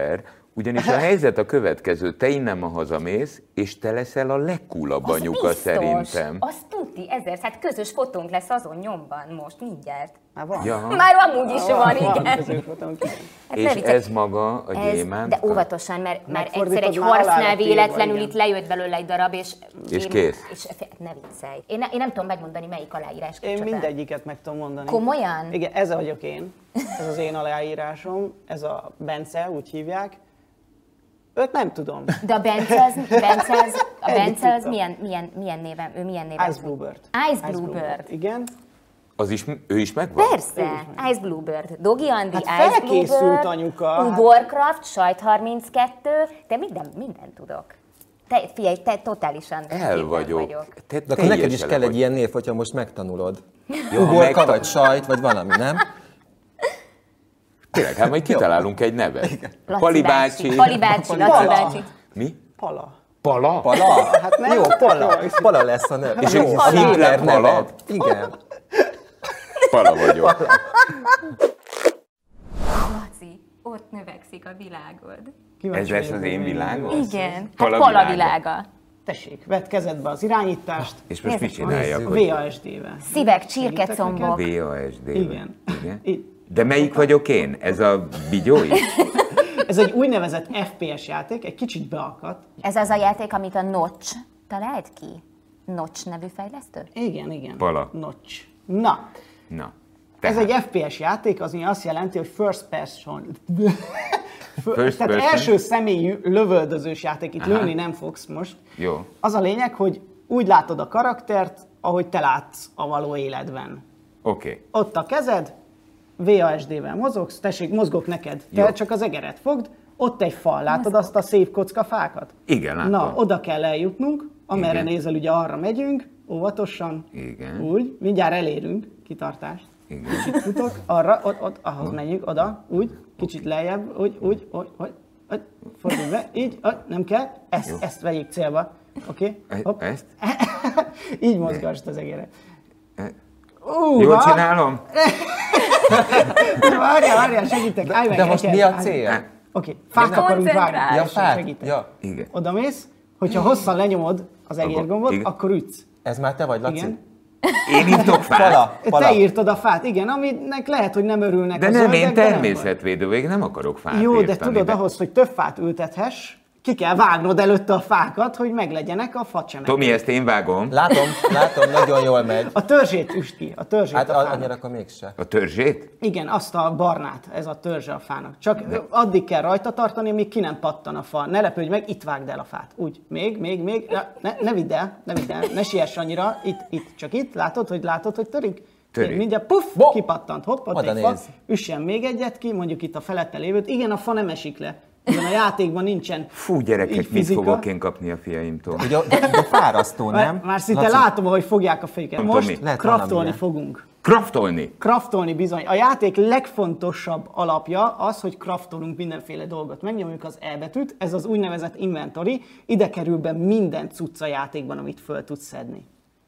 Ugyanis a helyzet a következő, te innen ma hazamész, és te leszel a legcoolabb Az anyuka biztos. szerintem. Azt tudti, ezer, hát közös fotónk lesz azon nyomban most, mindjárt. Már van. Ja. Már amúgy is van, igen. Közös fotónk, igen. Hát És ne viccelj. ez maga a Ez, gyémánt? de óvatosan, mert már egyszer Megfordítod, egy már alá harcnál lett írva, véletlenül igen. itt lejött belőle egy darab, és... És én- kész. És ne viccelj. Én, ne, én nem tudom megmondani, melyik aláírás Én kicsoda. mindegyiket meg tudom mondani. Komolyan? Igen, ez vagyok én. Ez az én aláírásom. Ez a Bence, úgy hívják. Őt nem tudom. De a Bence az, Bence az, a Eddig Bence az tudtam. milyen, milyen, milyen néven, ő milyen néven? Ice Bluebird. Ice Bluebird. Igen. Az is, ő is megvan? Persze, Ice Bluebird. Dogi Andi, Hát Ice felkészült Bluebird, anyuka, hát- Uborcraft, Sajt harminckettő, de minden, mindent tudok. Te, figyelj, te totálisan El képben vagyok. Te, De akkor neked is teljesen kell egy vagy. ilyen név, hogyha most megtanulod. Jó, ha Uborka, meg- vagy sajt, vagy valami, nem? Tényleg, hát majd kitalálunk egy nevet. Laci Pali bácsi. Pali bácsi, Laci Pala. bácsi. Mi? Pala. Pala? Pala? Hát nem? Jó, Pala. Pala lesz a neve. És Jó, egy a Hitler Hitler Pala? neved. Igen. Pala vagyok. Laci, ott növekszik a világod. Kíváncsi Ez lesz vagyok, az én hogy világom? Igen, hát Pala Pala világa. világa. Tessék, vedd kezedbe az irányítást. És most mit A csináljak? vé á es dé-vel. Szívek, Segítek csirkecombok. vé á es dé. Igen. Igen? Itt. De melyik vagyok én? Ez a bigyói? Ez egy úgynevezett ef pé es játék, egy kicsit beakadt. Ez az a játék, amit a Notch talált ki? Notch nevű fejlesztő? Igen, igen. Pala. Notch. Na, Na. ez Tehát, egy ef pé es játék, az azt jelenti, hogy first person. First Tehát person? első személyű lövöldözős játék, itt Aha. lőni nem fogsz most. Jó. Az a lényeg, hogy úgy látod a karaktert, ahogy te látsz a való életben. Oké. Okay. Ott a kezed, vé á es dé-vel mozogsz, tessék, mozgok neked, te Jó. csak az egeret fogd, ott egy fal, látod azt a szép kocka fákat? Igen, látom. Na, oda kell eljutnunk, amerre Igen. nézel, ugye arra megyünk, óvatosan, Igen. úgy, mindjárt elérünk, kitartást. Igen. Kicsit futok, arra, ott, ott, ahhoz menjünk, oda, úgy, kicsit lejjebb, úgy, úgy, úgy, úgy, úgy fordulj be, így, úgy, nem kell, ezt, ezt vegyük célba, oké? E- Okay? Ezt? Így mozgasd az egeret. E- Uh, Jól ha- csinálom? Várjál, várjál, segítek, állj meg. De most egyet, mi a állj. cél? Oké, fát akarunk vágni. Koncentrálj. Ja, fát? Segítek. Ja. Igen. Oda mész, hogyha hosszan lenyomod az egérgombot, Igen. akkor ütsz. Ez már te vagy, Laci? Igen. Én írtok fát? Pala, pala. Te írtad a fát, igen, aminek lehet, hogy nem örülnek De a nem, zöldek, én de nem természetvédő vagyok, nem akarok fát baj. Jó, de írtani, tudod, ahhoz, hogy több fát ültethess, ki kell vágnod előtte a fákat, hogy meglegyenek a facsemek. Tomi, ezt én vágom. Látom, látom, nagyon jól megy. A törzsét üst ki, a törzsét Hát a a- fának. annyira akkor mégse. A törzsét? Igen, azt a barnát, ez a törzse a fának. Csak addig kell rajta tartani, míg ki nem pattan a fa. Ne lepődj meg, itt vágd el a fát. Úgy, még, még, még, ne, ne vidd el, ne vidd el, ne siess annyira, itt, itt, csak itt, látod, hogy látod, hogy törik? Törik. Még mindjárt puff, Bo! kipattant, hopp, ott Oda egy fa, nézz. üssen még egyet ki, mondjuk itt a felette lévőt. Igen, a fa nem esik le. Igen, a játékban nincsen Fú, így gyerekek, mit fizika. fogok én kapni a fiaimtól? Ugye, de, de fárasztó, nem? Már, már szinte Laci, látom, ahogy fogják a fejüket. Nem Most tudom mi. Lehet kraftolni valamilyen. fogunk. Kraftolni? Kraftolni bizony. A játék legfontosabb alapja az, hogy kraftolunk mindenféle dolgot. Megnyomjuk az E betűt, ez az úgynevezett inventory, ide kerül be minden cucc a játékban, amit föl tudsz szedni.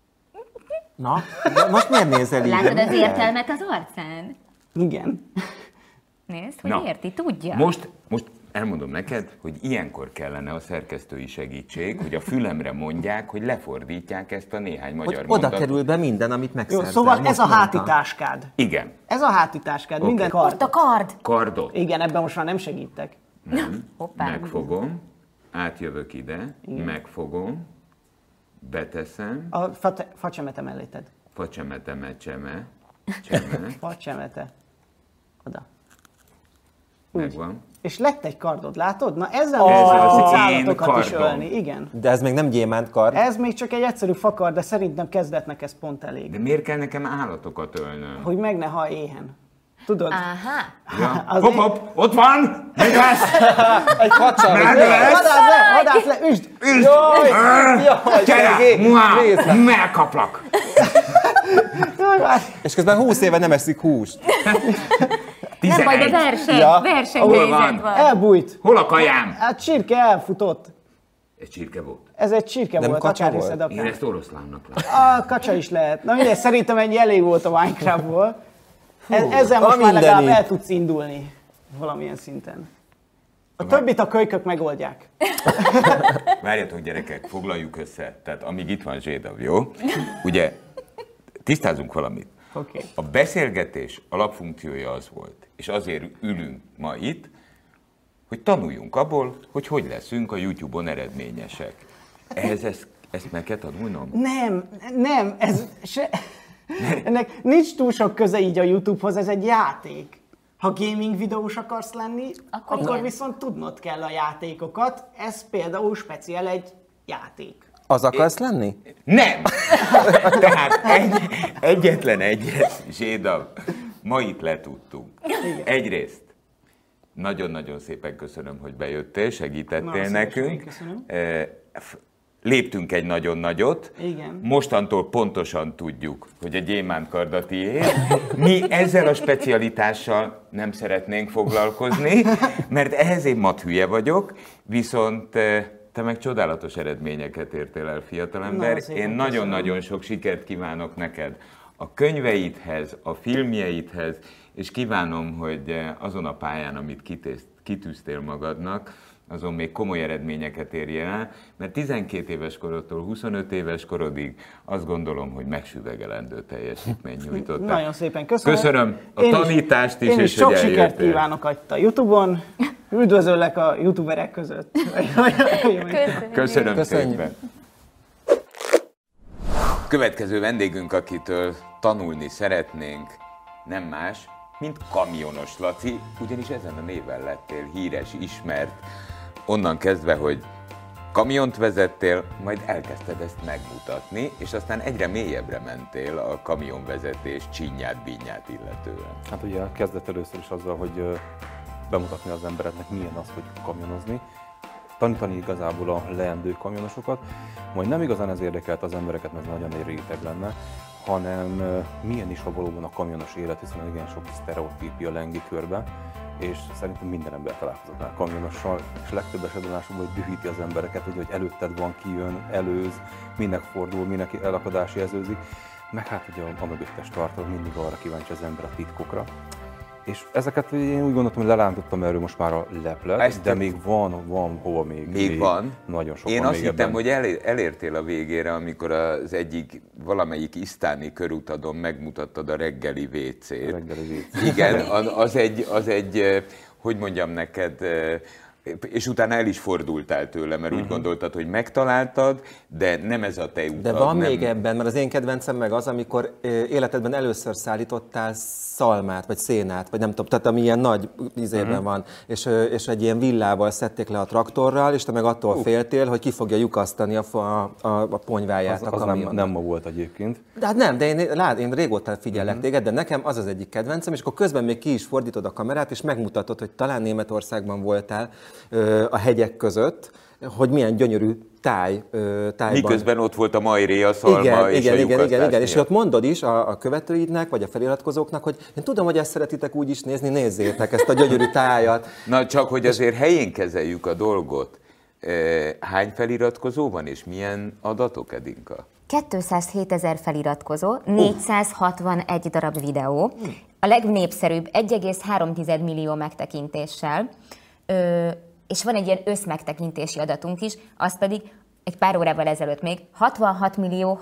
Na, de most miért nézel így? Látod De az miért? értelmet az arcán? Igen. Nézd, hogy Na, érti, tudja. Most, most elmondom neked, hogy ilyenkor kellene a szerkesztői segítség, hogy a fülemre mondják, hogy lefordítják ezt a néhány magyar Hogy oda mondatot. kerül be minden, amit Jó, megszerzel. szóval Most ez a mondtam. hátitáskád. Igen, Ez a hátitáskád, Oké. minden Ott kard. a kard. kardot Igen, ebben most már nem segítek. Hoppá. megfogom, átjövök ide, megfogom, beteszem, A fa- facsemete melléted. facsemetemet cseme, cseme, Facsemete. Oda. megvan. És lett egy kardod, látod? Na ezzel Ez oh, az tudsz én állatokat is kardom. ölni. Igen. De ez még nem gyémánt kard. Ez még csak egy egyszerű fakard, de szerintem kezdetnek ez pont elég. De miért kell nekem állatokat ölnöm? Hogy meg ne hal éhen. Tudod? Aha. Ja. Az Hopp, én- hopp, ott van! Meg lesz! Egy kacsa! Meg vagy- lesz! Vadász le! Vadász le! Üsd! Jaj! Jaj, Gyere! Sergé! Mua! Nézd! Megkaplak! Jaj, várj! És közben húsz éve nem eszik húst. Nem baj, de tizenegy. verseny, Ja. versenyhelyzet Hol van? van. Elbújt! Hol a kajám? Hát csirke elfutott. Egy csirke volt. Ez egy csirke Nem volt, kacsa akár hiszed, volt? Én akár. ezt oroszlánnak látom. A kacsa is lehet. Na mindegy, szerintem ennyi elég volt a Minecraftból. Ez, ezzel a most már legalább mindenit. el tudsz indulni valamilyen szinten. A többit a kölykök megoldják. Várjatok gyerekek, foglaljuk össze. Tehát amíg itt van Zsédav, jó? Ugye, tisztázunk valamit. Okay. A beszélgetés alapfunkciója az volt, és azért ülünk ma itt, hogy tanuljunk abból, hogy hogy leszünk a YouTube-on eredményesek. Ehhez ezt, ezt meg kell tanulnom? Nem, nem, ez se... Ennek nincs túl sok köze így a YouTube-hoz, ez egy játék. Ha gaming videós akarsz lenni, akkor, akkor viszont tudnod kell a játékokat. Ez például speciál egy játék. Az akarsz é... lenni? Nem! Tehát egy, egyetlen egyet, Zsédav, ma itt letudtunk. Egyrészt, nagyon-nagyon szépen köszönöm, hogy bejöttél, segítettél Na, nekünk. Köszönöm. Léptünk egy nagyon nagyot. Igen. Mostantól pontosan tudjuk, hogy a gyémánt kard a tiéd. Mi ezzel a specialitással nem szeretnénk foglalkozni, mert ehhez én mathülye vagyok, viszont te meg csodálatos eredményeket értél el, fiatalember. Na, én nagyon-nagyon sok sikert kívánok neked a könyveidhez, a filmjeidhez, és kívánom, hogy azon a pályán, amit kitűztél magadnak, azon még komoly eredményeket érjen el, mert tizenkét éves korodtól huszonöt éves korodig azt gondolom, hogy megsüvegelendő teljesítményt nyújtottál. Nagyon szépen köszönöm. Köszönöm a én tanítást is, is, és is sok hogy eljöttél. sikert kívánok a YouTube-on. Üdvözöllek a youtuberek között. Köszönöm, Köszönöm szépen. Következő vendégünk, akitől tanulni szeretnénk, nem más, mint Kamionos Laci, ugyanis ezen a néven lettél híres, ismert, onnan kezdve, hogy kamiont vezettél, majd elkezdted ezt megmutatni, és aztán egyre mélyebbre mentél a kamionvezetés csínyát, bínyát illetően. Hát ugye kezdett először is azzal, hogy bemutatni az embereknek, milyen az, hogy kamionozni, tanítani igazából a leendő kamionosokat, majd nem igazán ez érdekelt az embereket, mert ez nagyon egy réteg lenne, hanem milyen is a valóban a kamionos élet, hiszen igen sok sztereotípia lengi körbe, és szerintem minden ember találkozott már kamionossal, és legtöbb esetben lássuk, hogy dühíti az embereket, hogy, hogy előtted van, kijön, előz, minek fordul, minek elakadás jelzőzik, meg hát ugye a, a mögöttes tartalom, mindig arra kíváncsi az ember a titkokra. És ezeket én úgy gondoltam, hogy lelántottam erről most már a leplet, de még van, van hova még. Még, még van? Nagyon sok Én van azt még hittem, ebben. hogy elér, elértél a végére, amikor az egyik, valamelyik isztáni körutadon megmutattad a reggeli vécét. A reggeli vécét. Igen, az egy, az egy, hogy mondjam neked, és utána el is fordultál tőle, mert uh-huh. úgy gondoltad, hogy megtaláltad, de nem ez a te utad. De van nem... még ebben, mert az én kedvencem meg az, amikor életedben először szállítottál szalmát, vagy szénát, vagy nem tudom, tehát ami ilyen nagy ízében uh-huh. van, és, és egy ilyen villával szedték le a traktorral, és te meg attól uh. féltél, hogy ki fogja lyukasztani a, a, a, a ponyváját az, a az kamion. nem, nem ma volt egyébként. De hát nem, de én, lát, én régóta figyellek uh-huh. téged, de nekem az az egyik kedvencem, és akkor közben még ki is fordítod a kamerát, és megmutatod, hogy talán Németországban voltál a hegyek között, hogy milyen gyönyörű táj, tájban. Miközben ott volt a majré, a szalma igen, és igen, a igen, igen, igen. És miatt. ott mondod is a, a követőidnek, vagy a feliratkozóknak, hogy én tudom, hogy ezt szeretitek úgy is nézni, nézzétek ezt a gyönyörű tájat. Na csak, hogy azért helyén kezeljük a dolgot. Hány feliratkozó van, és milyen adatok, Edinka? kétszázhétezer feliratkozó, négyszázhatvanegy darab videó, a legnépszerűbb egy egész három millió megtekintéssel, ö, és van egy ilyen összmegtekintési adatunk is, az pedig egy pár órával ezelőtt még hatvanhat millió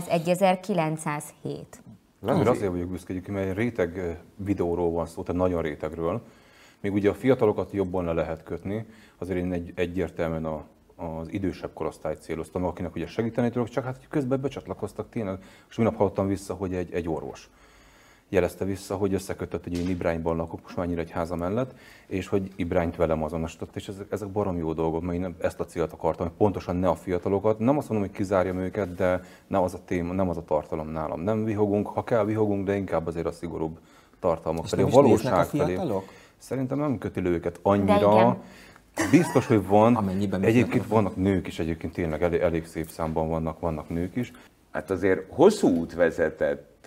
hatszázegyezer-kilencszázhét. Azért azért vagyok büszke, mert réteg videóról van szó, tehát nagyon rétegről. Még ugye a fiatalokat jobban le lehet kötni, azért én egy, egyértelműen a, az idősebb korosztályt céloztam, akinek ugye segíteni tudok, csak hát közben becsatlakoztak tényleg, és minap hallottam vissza, hogy egy, egy orvos jelezte vissza, hogy összekötött, hogy én Ibrányban lakok, most már Nyíregyháza mellett, és hogy Ibrányt velem azonosított, és ezek, ezek baromi jó dolgok, mert én ezt a célt akartam, hogy pontosan ne a fiatalokat, nem azt mondom, hogy kizárjam őket, de nem az a téma, nem az a tartalom nálam. Nem vihogunk, ha kell vihogunk, de inkább azért a szigorúbb tartalmak felé, a valóság felé. Szerintem nem köti le őket annyira. Biztos, hogy van. Amennyiben egyébként vannak nők is, egyébként tényleg elég, elég szép számban vannak, vannak nők is. Hát azért hosszú út vezetett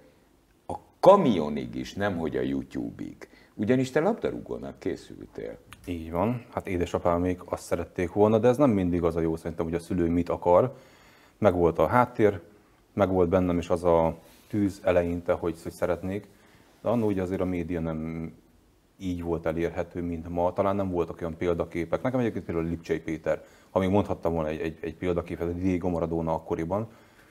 a kamionig is, nemhogy a YouTube-ig. Ugyanis te labdarúgónak készültél. Így van. Hát édesapám még azt szerették volna, de ez nem mindig az a jó, szerintem, hogy a szülő mit akar. Megvolt a háttér, megvolt bennem is az a tűz eleinte, hogy, hogy szeretnék. De annól ugye azért a média nem így volt elérhető, mint ma. Talán nem voltak olyan példaképek. Nekem egyébként például Lipcsei Péter, ha még mondhattam volna egy, egy, egy példaképet, egy Diego Maradona akkoriban,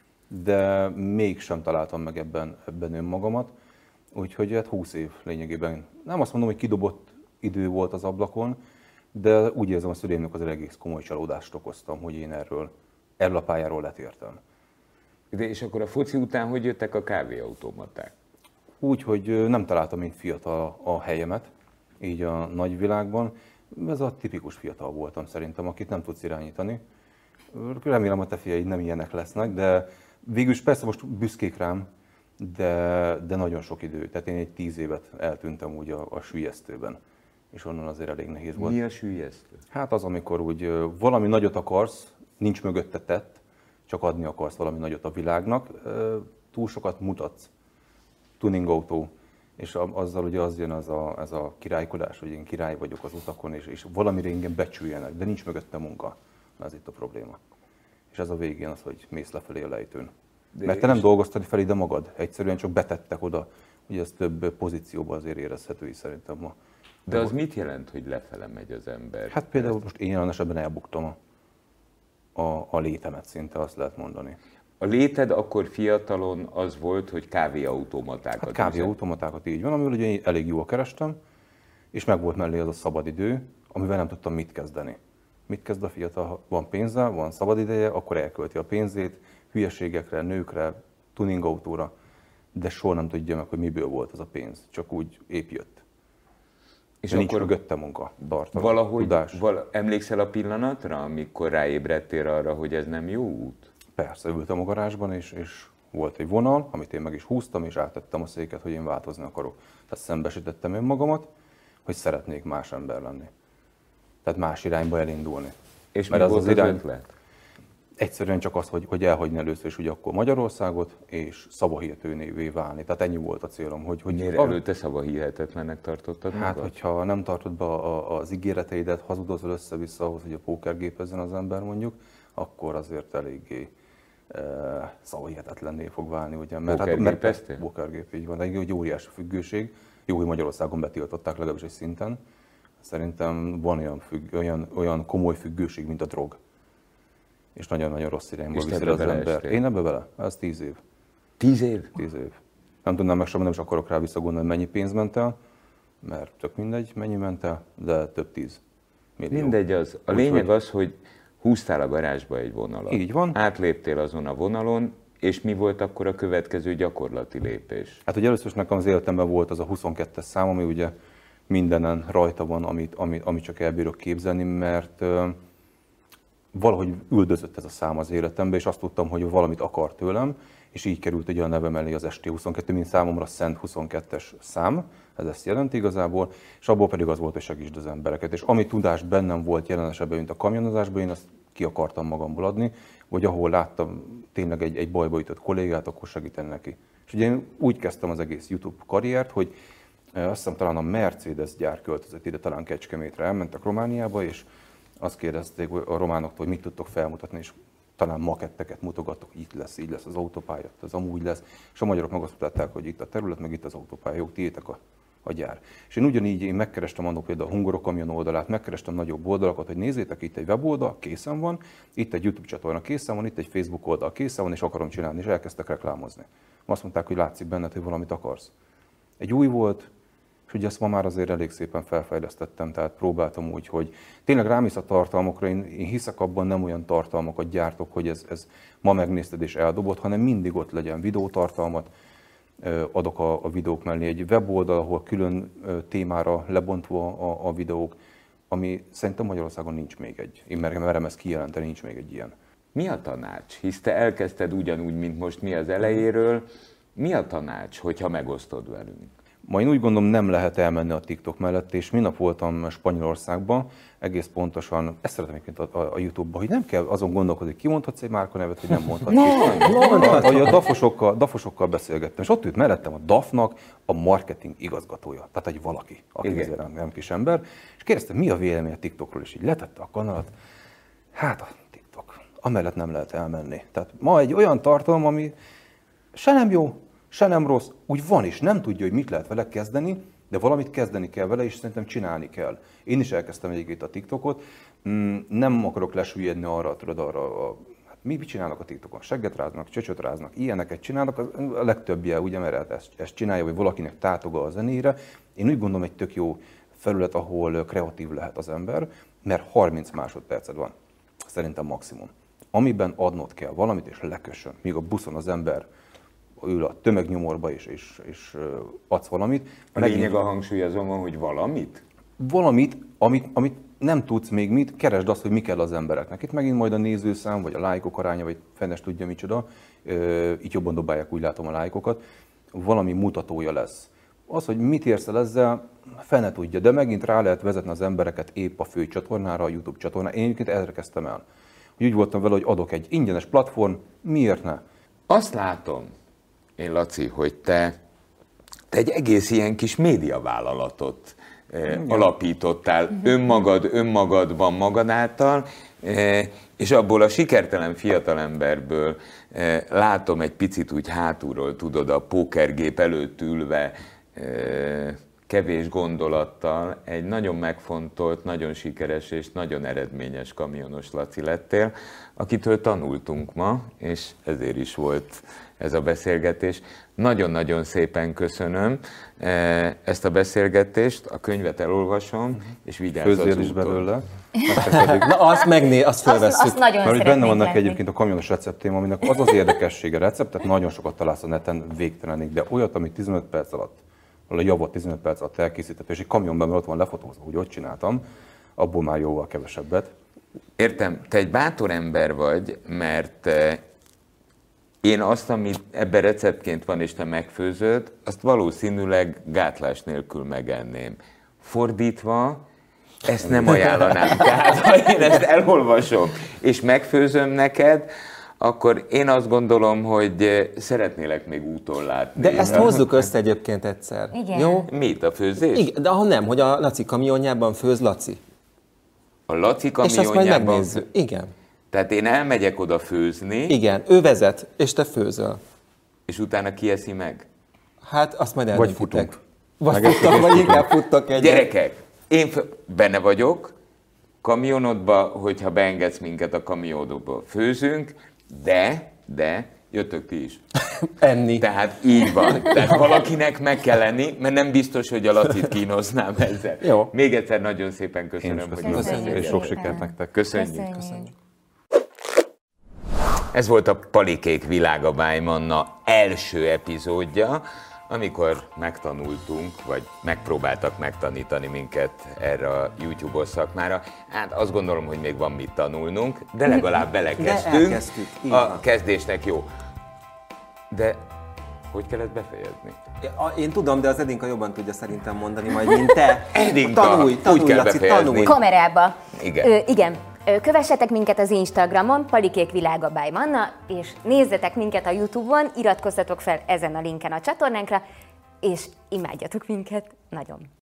de mégsem találtam meg ebben, ebben önmagamat. Úgyhogy hát húsz év lényegében. Nem azt mondom, hogy kidobott idő volt az ablakon, de úgy érzem, a szüleimnek az egész komoly csalódást okoztam, hogy én erről, erről a pályáról letértem. De és akkor a foci után hogy jöttek a kávéautomaták? Úgy, hogy nem találtam mint fiatal a helyemet, így a nagyvilágban. Ez a tipikus fiatal voltam szerintem, akit nem tudsz irányítani. Remélem a te fiaid nem ilyenek lesznek, de végül is persze most büszkék rám, de, de nagyon sok idő. Tehát én egy tíz évet eltűntem úgy a, a süllyesztőben, és onnan azért elég nehéz volt. Mi a süllyesztő? Hát az, amikor úgy valami nagyot akarsz, nincs mögötte tett, csak adni akarsz valami nagyot a világnak, túl sokat mutatsz. Tuningautó, és azzal ugye az jön az a, ez a királykodás, hogy én király vagyok az utakon, és, és valamire engem becsüljenek, de nincs mögötte munka. Ez itt a probléma. És ez a végén az, hogy mész lefelé a lejtőn. De mert te nem dolgoztad fel ide magad, egyszerűen csak betettek oda. Ugye ez több pozícióban azért érezhető is szerintem ma. De, de az mit jelent, hogy lefele megy az ember? Hát például most én jelen esetben elbuktam a, a, a létemet szinte, azt lehet mondani. A léted akkor fiatalon az volt, hogy kávéautomatákat. Hát kávéautomatákat, így van, amivel ugye én elég jól kerestem, és meg volt mellé az a szabadidő, amivel nem tudtam mit kezdeni. Mit kezd a fiatal? Van pénze, van szabadideje, akkor elkölti a pénzét hülyeségekre, nőkre, tuningautóra, de soha nem tudja meg, hogy miből volt az a pénz, csak úgy épp jött. És nincs mögötte munka, tartalom, valahogy, tudás. Val- emlékszel a pillanatra, amikor ráébredtél arra, hogy ez nem jó út? Persze, ültem a garázsban, és, és volt egy vonal, amit én meg is húztam, és áttettem a széket, hogy én változni akarok. Tehát szembesítettem önmagamat, hogy szeretnék más ember lenni. Tehát más irányba elindulni. És mert mi az volt az az irány... ötlet? Egyszerűen csak az, hogy, hogy elhagyni először is ugye akkor Magyarországot, és szavahihetőnévé válni. Tehát ennyi volt a célom. Hogy, hogy Miért arra... előtte szavahihetetlennek tartottad Hát, magad? hogyha nem tartod be az ígéreteidet, hazudozol össze-vissza ahhoz, hogy a pókergépezzen az ember mondjuk, akkor azért eléggé e, szavahihetetlenné fog válni. Ugye? Mert, hát, mert pókergép, így van. Egy óriási függőség. Jó, hogy Magyarországon betiltották legalábbis egy szinten. Szerintem van olyan, függ, olyan, olyan komoly függőség, mint a drog. És nagyon-nagyon rossz irányba viszi az ember. Én ebbe bele? Ez tíz év. Tíz év? Tíz év. Nem tudnám meg sem, nem is akarok rá visszagondolni, mennyi pénz ment el, mert tök mindegy, mennyi ment el, de több tíz millió. Mindegy az. A Úgy, lényeg hogy... az, hogy húztál a garázsba egy vonalat. Így van. Átléptél azon a vonalon, és mi volt akkor a következő gyakorlati lépés? Hát ugye először is nekem az életemben volt az a huszonkettes szám, ami ugye mindenen rajta van, amit, amit, amit csak elbírok képzelni, mert uh, valahogy üldözött ez a szám az életembe, és azt tudtam, hogy valamit akar tőlem, és így került ugye a nevem elé az es té huszonkettő, mint számomra szent huszonkettes szám, ez ezt jelenti igazából, és abból pedig az volt, hogy segítsd az embereket. És ami tudást bennem volt jelen esetben, mint a kamionozásban, én azt ki akartam magamból adni, vagy ahol láttam tényleg egy, egy bajba ütött kollégát, akkor segíteni neki. És ugye én úgy kezdtem az egész YouTube karriert, hogy azt hiszem talán a Mercedes gyár költözött ide, talán Kecskemétre, elmentek Romániába, és azt kérdezték a románoktól, hogy mit tudtok felmutatni, és talán maketteket mutogattok, itt lesz, így lesz az autópálya, az amúgy lesz, és a magyarok meg azt mutatták, hogy itt a terület, meg itt az autópálya, jó, tiétek a, a gyár. És én ugyanígy én megkerestem annól például a Hungarokamion oldalát, megkerestem nagyobb oldalakat, hogy nézzétek, itt egy weboldal, készen van, itt egy YouTube csatorna készen van, itt egy Facebook oldal készen van, és akarom csinálni, és elkezdtek reklámozni. Azt mondták, hogy látszik benned, hogy valamit akarsz. Egy új volt, és ugye ezt ma már azért elég szépen felfejlesztettem, tehát próbáltam úgy, hogy tényleg rámész a tartalmakra, én, én hiszek abban, nem olyan tartalmakat gyártok, hogy ez, ez ma megnézted és eldobod, hanem mindig ott legyen videótartalmat, adok a, a videók mellé egy weboldal, ahol külön témára lebontva a, a videók, ami szerintem Magyarországon nincs még egy. Én merem ezt kijelenteni, nincs még egy ilyen. Mi a tanács? Hisz te elkezdted ugyanúgy, mint most mi az elejéről. Mi a tanács, hogyha megosztod velünk? Ma én úgy gondolom, nem lehet elmenni a TikTok mellett, és minap voltam Spanyolországban, egész pontosan, ezt szeretem egyébként a, a, a YouTube-ban, hogy nem kell azon gondolkodni, hogy kimondhatsz egy márkanevet, hogy nem mondhatsz. Hogy a dafosokkal, dafosokkal beszélgettem, és ott ült mellettem a dafnak a marketing igazgatója, tehát egy valaki, aki azért nem, nem kis ember, és kérdeztem, mi a vélemény a TikTokról, és így letette a kanalat. Hát a TikTok, amellett nem lehet elmenni. Tehát ma egy olyan tartalom, ami se nem jó, se nem rossz, úgy van is, nem tudja, hogy mit lehet vele kezdeni, De valamit kezdeni kell vele, és szerintem csinálni kell. Én is elkezdtem egyébként a TikTokot, nem akarok lesüllyedni arra, tudod, arra, a, hát mi csinálnak a TikTokon? Segget ráznak, csöcsöt ráznak, ilyeneket csinálnak, a legtöbbje ugye, mert ezt, ezt csinálja, vagy valakinek tátoga a zenére. Én úgy gondolom, egy tök jó felület, ahol kreatív lehet az ember, mert harminc másodperced van, szerintem maximum. Amiben adnod kell valamit, és lekössön, míg a buszon az ember ül a tömegnyomorba, és, és, és adsz valamit. A lényeg a hangsúly azonban, hogy valamit? Valamit, amit, amit nem tudsz még mit, keresd azt, hogy mi kell az embereknek. Itt megint majd a nézőszám, vagy a lájkok aránya, vagy fenes tudja micsoda, itt jobban dobálják, úgy látom, a lájkokat, valami mutatója lesz. Az, hogy mit érsz el ezzel, fene tudja, de megint rá lehet vezetni az embereket épp a fő csatornára, a YouTube csatornára. Én egyébként ezre kezdtem el. Úgy voltam vele, hogy adok egy ingyenes platform, miért ne? Azt látom, én Laci, hogy te, te egy egész ilyen kis médiavállalatot eh, alapítottál önmagad, önmagadban magad által, eh, és abból a sikertelen fiatalemberből eh, látom egy picit úgy hátulról, tudod, a pókergép előtt ülve, eh, kevés gondolattal egy nagyon megfontolt, nagyon sikeres és nagyon eredményes kamionos Laci lettél, akitől tanultunk ma, és ezért is volt ez a beszélgetés. Nagyon-nagyon szépen köszönöm ezt a beszélgetést, a könyvet elolvasom, és vigyázz az úton. Is belőle. Na azt megné, azt felvesszük. Azt, azt nagyon mert benne vannak lenni. egyébként a kamionos receptém, aminek az az érdekessége, receptet nagyon sokat találsz a neten, végtelenig, de olyat, amit tizenöt perc alatt, a javat tizenöt perc alatt elkészített, és egy kamionban, mert ott van lefotózva, úgy ott csináltam, abból már jóval kevesebbet. Értem, te egy bátor ember vagy, mert én azt, ami ebben receptként van, és te megfőzöd, azt valószínűleg gátlás nélkül megenném. Fordítva, ezt nem ajánlanám. Tehát, ha én ezt elolvasom, és megfőzöm neked, akkor én azt gondolom, hogy szeretnélek még úton látni. De ezt hozzuk össze egyébként egyszer. Igen. Jó? Mit, a főzés? Igen, de ha nem, hogy a Laci kamionjában főz Laci. A Laci És azt majd kamionjában... megnézzük. Igen. Tehát én elmegyek oda főzni. Igen, ő vezet, és te főzöl. És utána ki eszi meg? Hát azt majd Vagy eldöntitek. futunk. Vagy futtok, vagy inkább futtok egyet. Gyerekek, én benne vagyok, kamionodba, hogyha beengedsz minket a kamionodba, főzünk, de, de, jöttök ti is. Enni. Tehát így van. Tehát valakinek meg kell lenni, mert nem biztos, hogy a Lacit kínoznám ezzel. Jó. Még egyszer nagyon szépen köszönöm, hogy Köszönjük. jöttetek. És sok sikert nektek. Köszönjük. Köszönjük. Ez volt a Palikék világa by Manna első epizódja, amikor megtanultunk, vagy megpróbáltak megtanítani minket erre a YouTube-os szakmára. Hát azt gondolom, hogy még van mit tanulnunk, de legalább belekezdtünk. De elkezdtük, így A van. kezdésnek jó. De hogy kellett befejezni? Én tudom, de az Edinka jobban tudja szerintem mondani majd, mint te. Edinka, Tanulj, úgy tanulj, kell Laci, befejezni. tanulj. Kamerába. Igen. Ö, igen. Ö, Kövessetek minket az Instagramon, Palikék világa by Manna, és nézzetek minket a YouTube-on, iratkozzatok fel ezen a linken a csatornánkra, és imádjatok minket nagyon.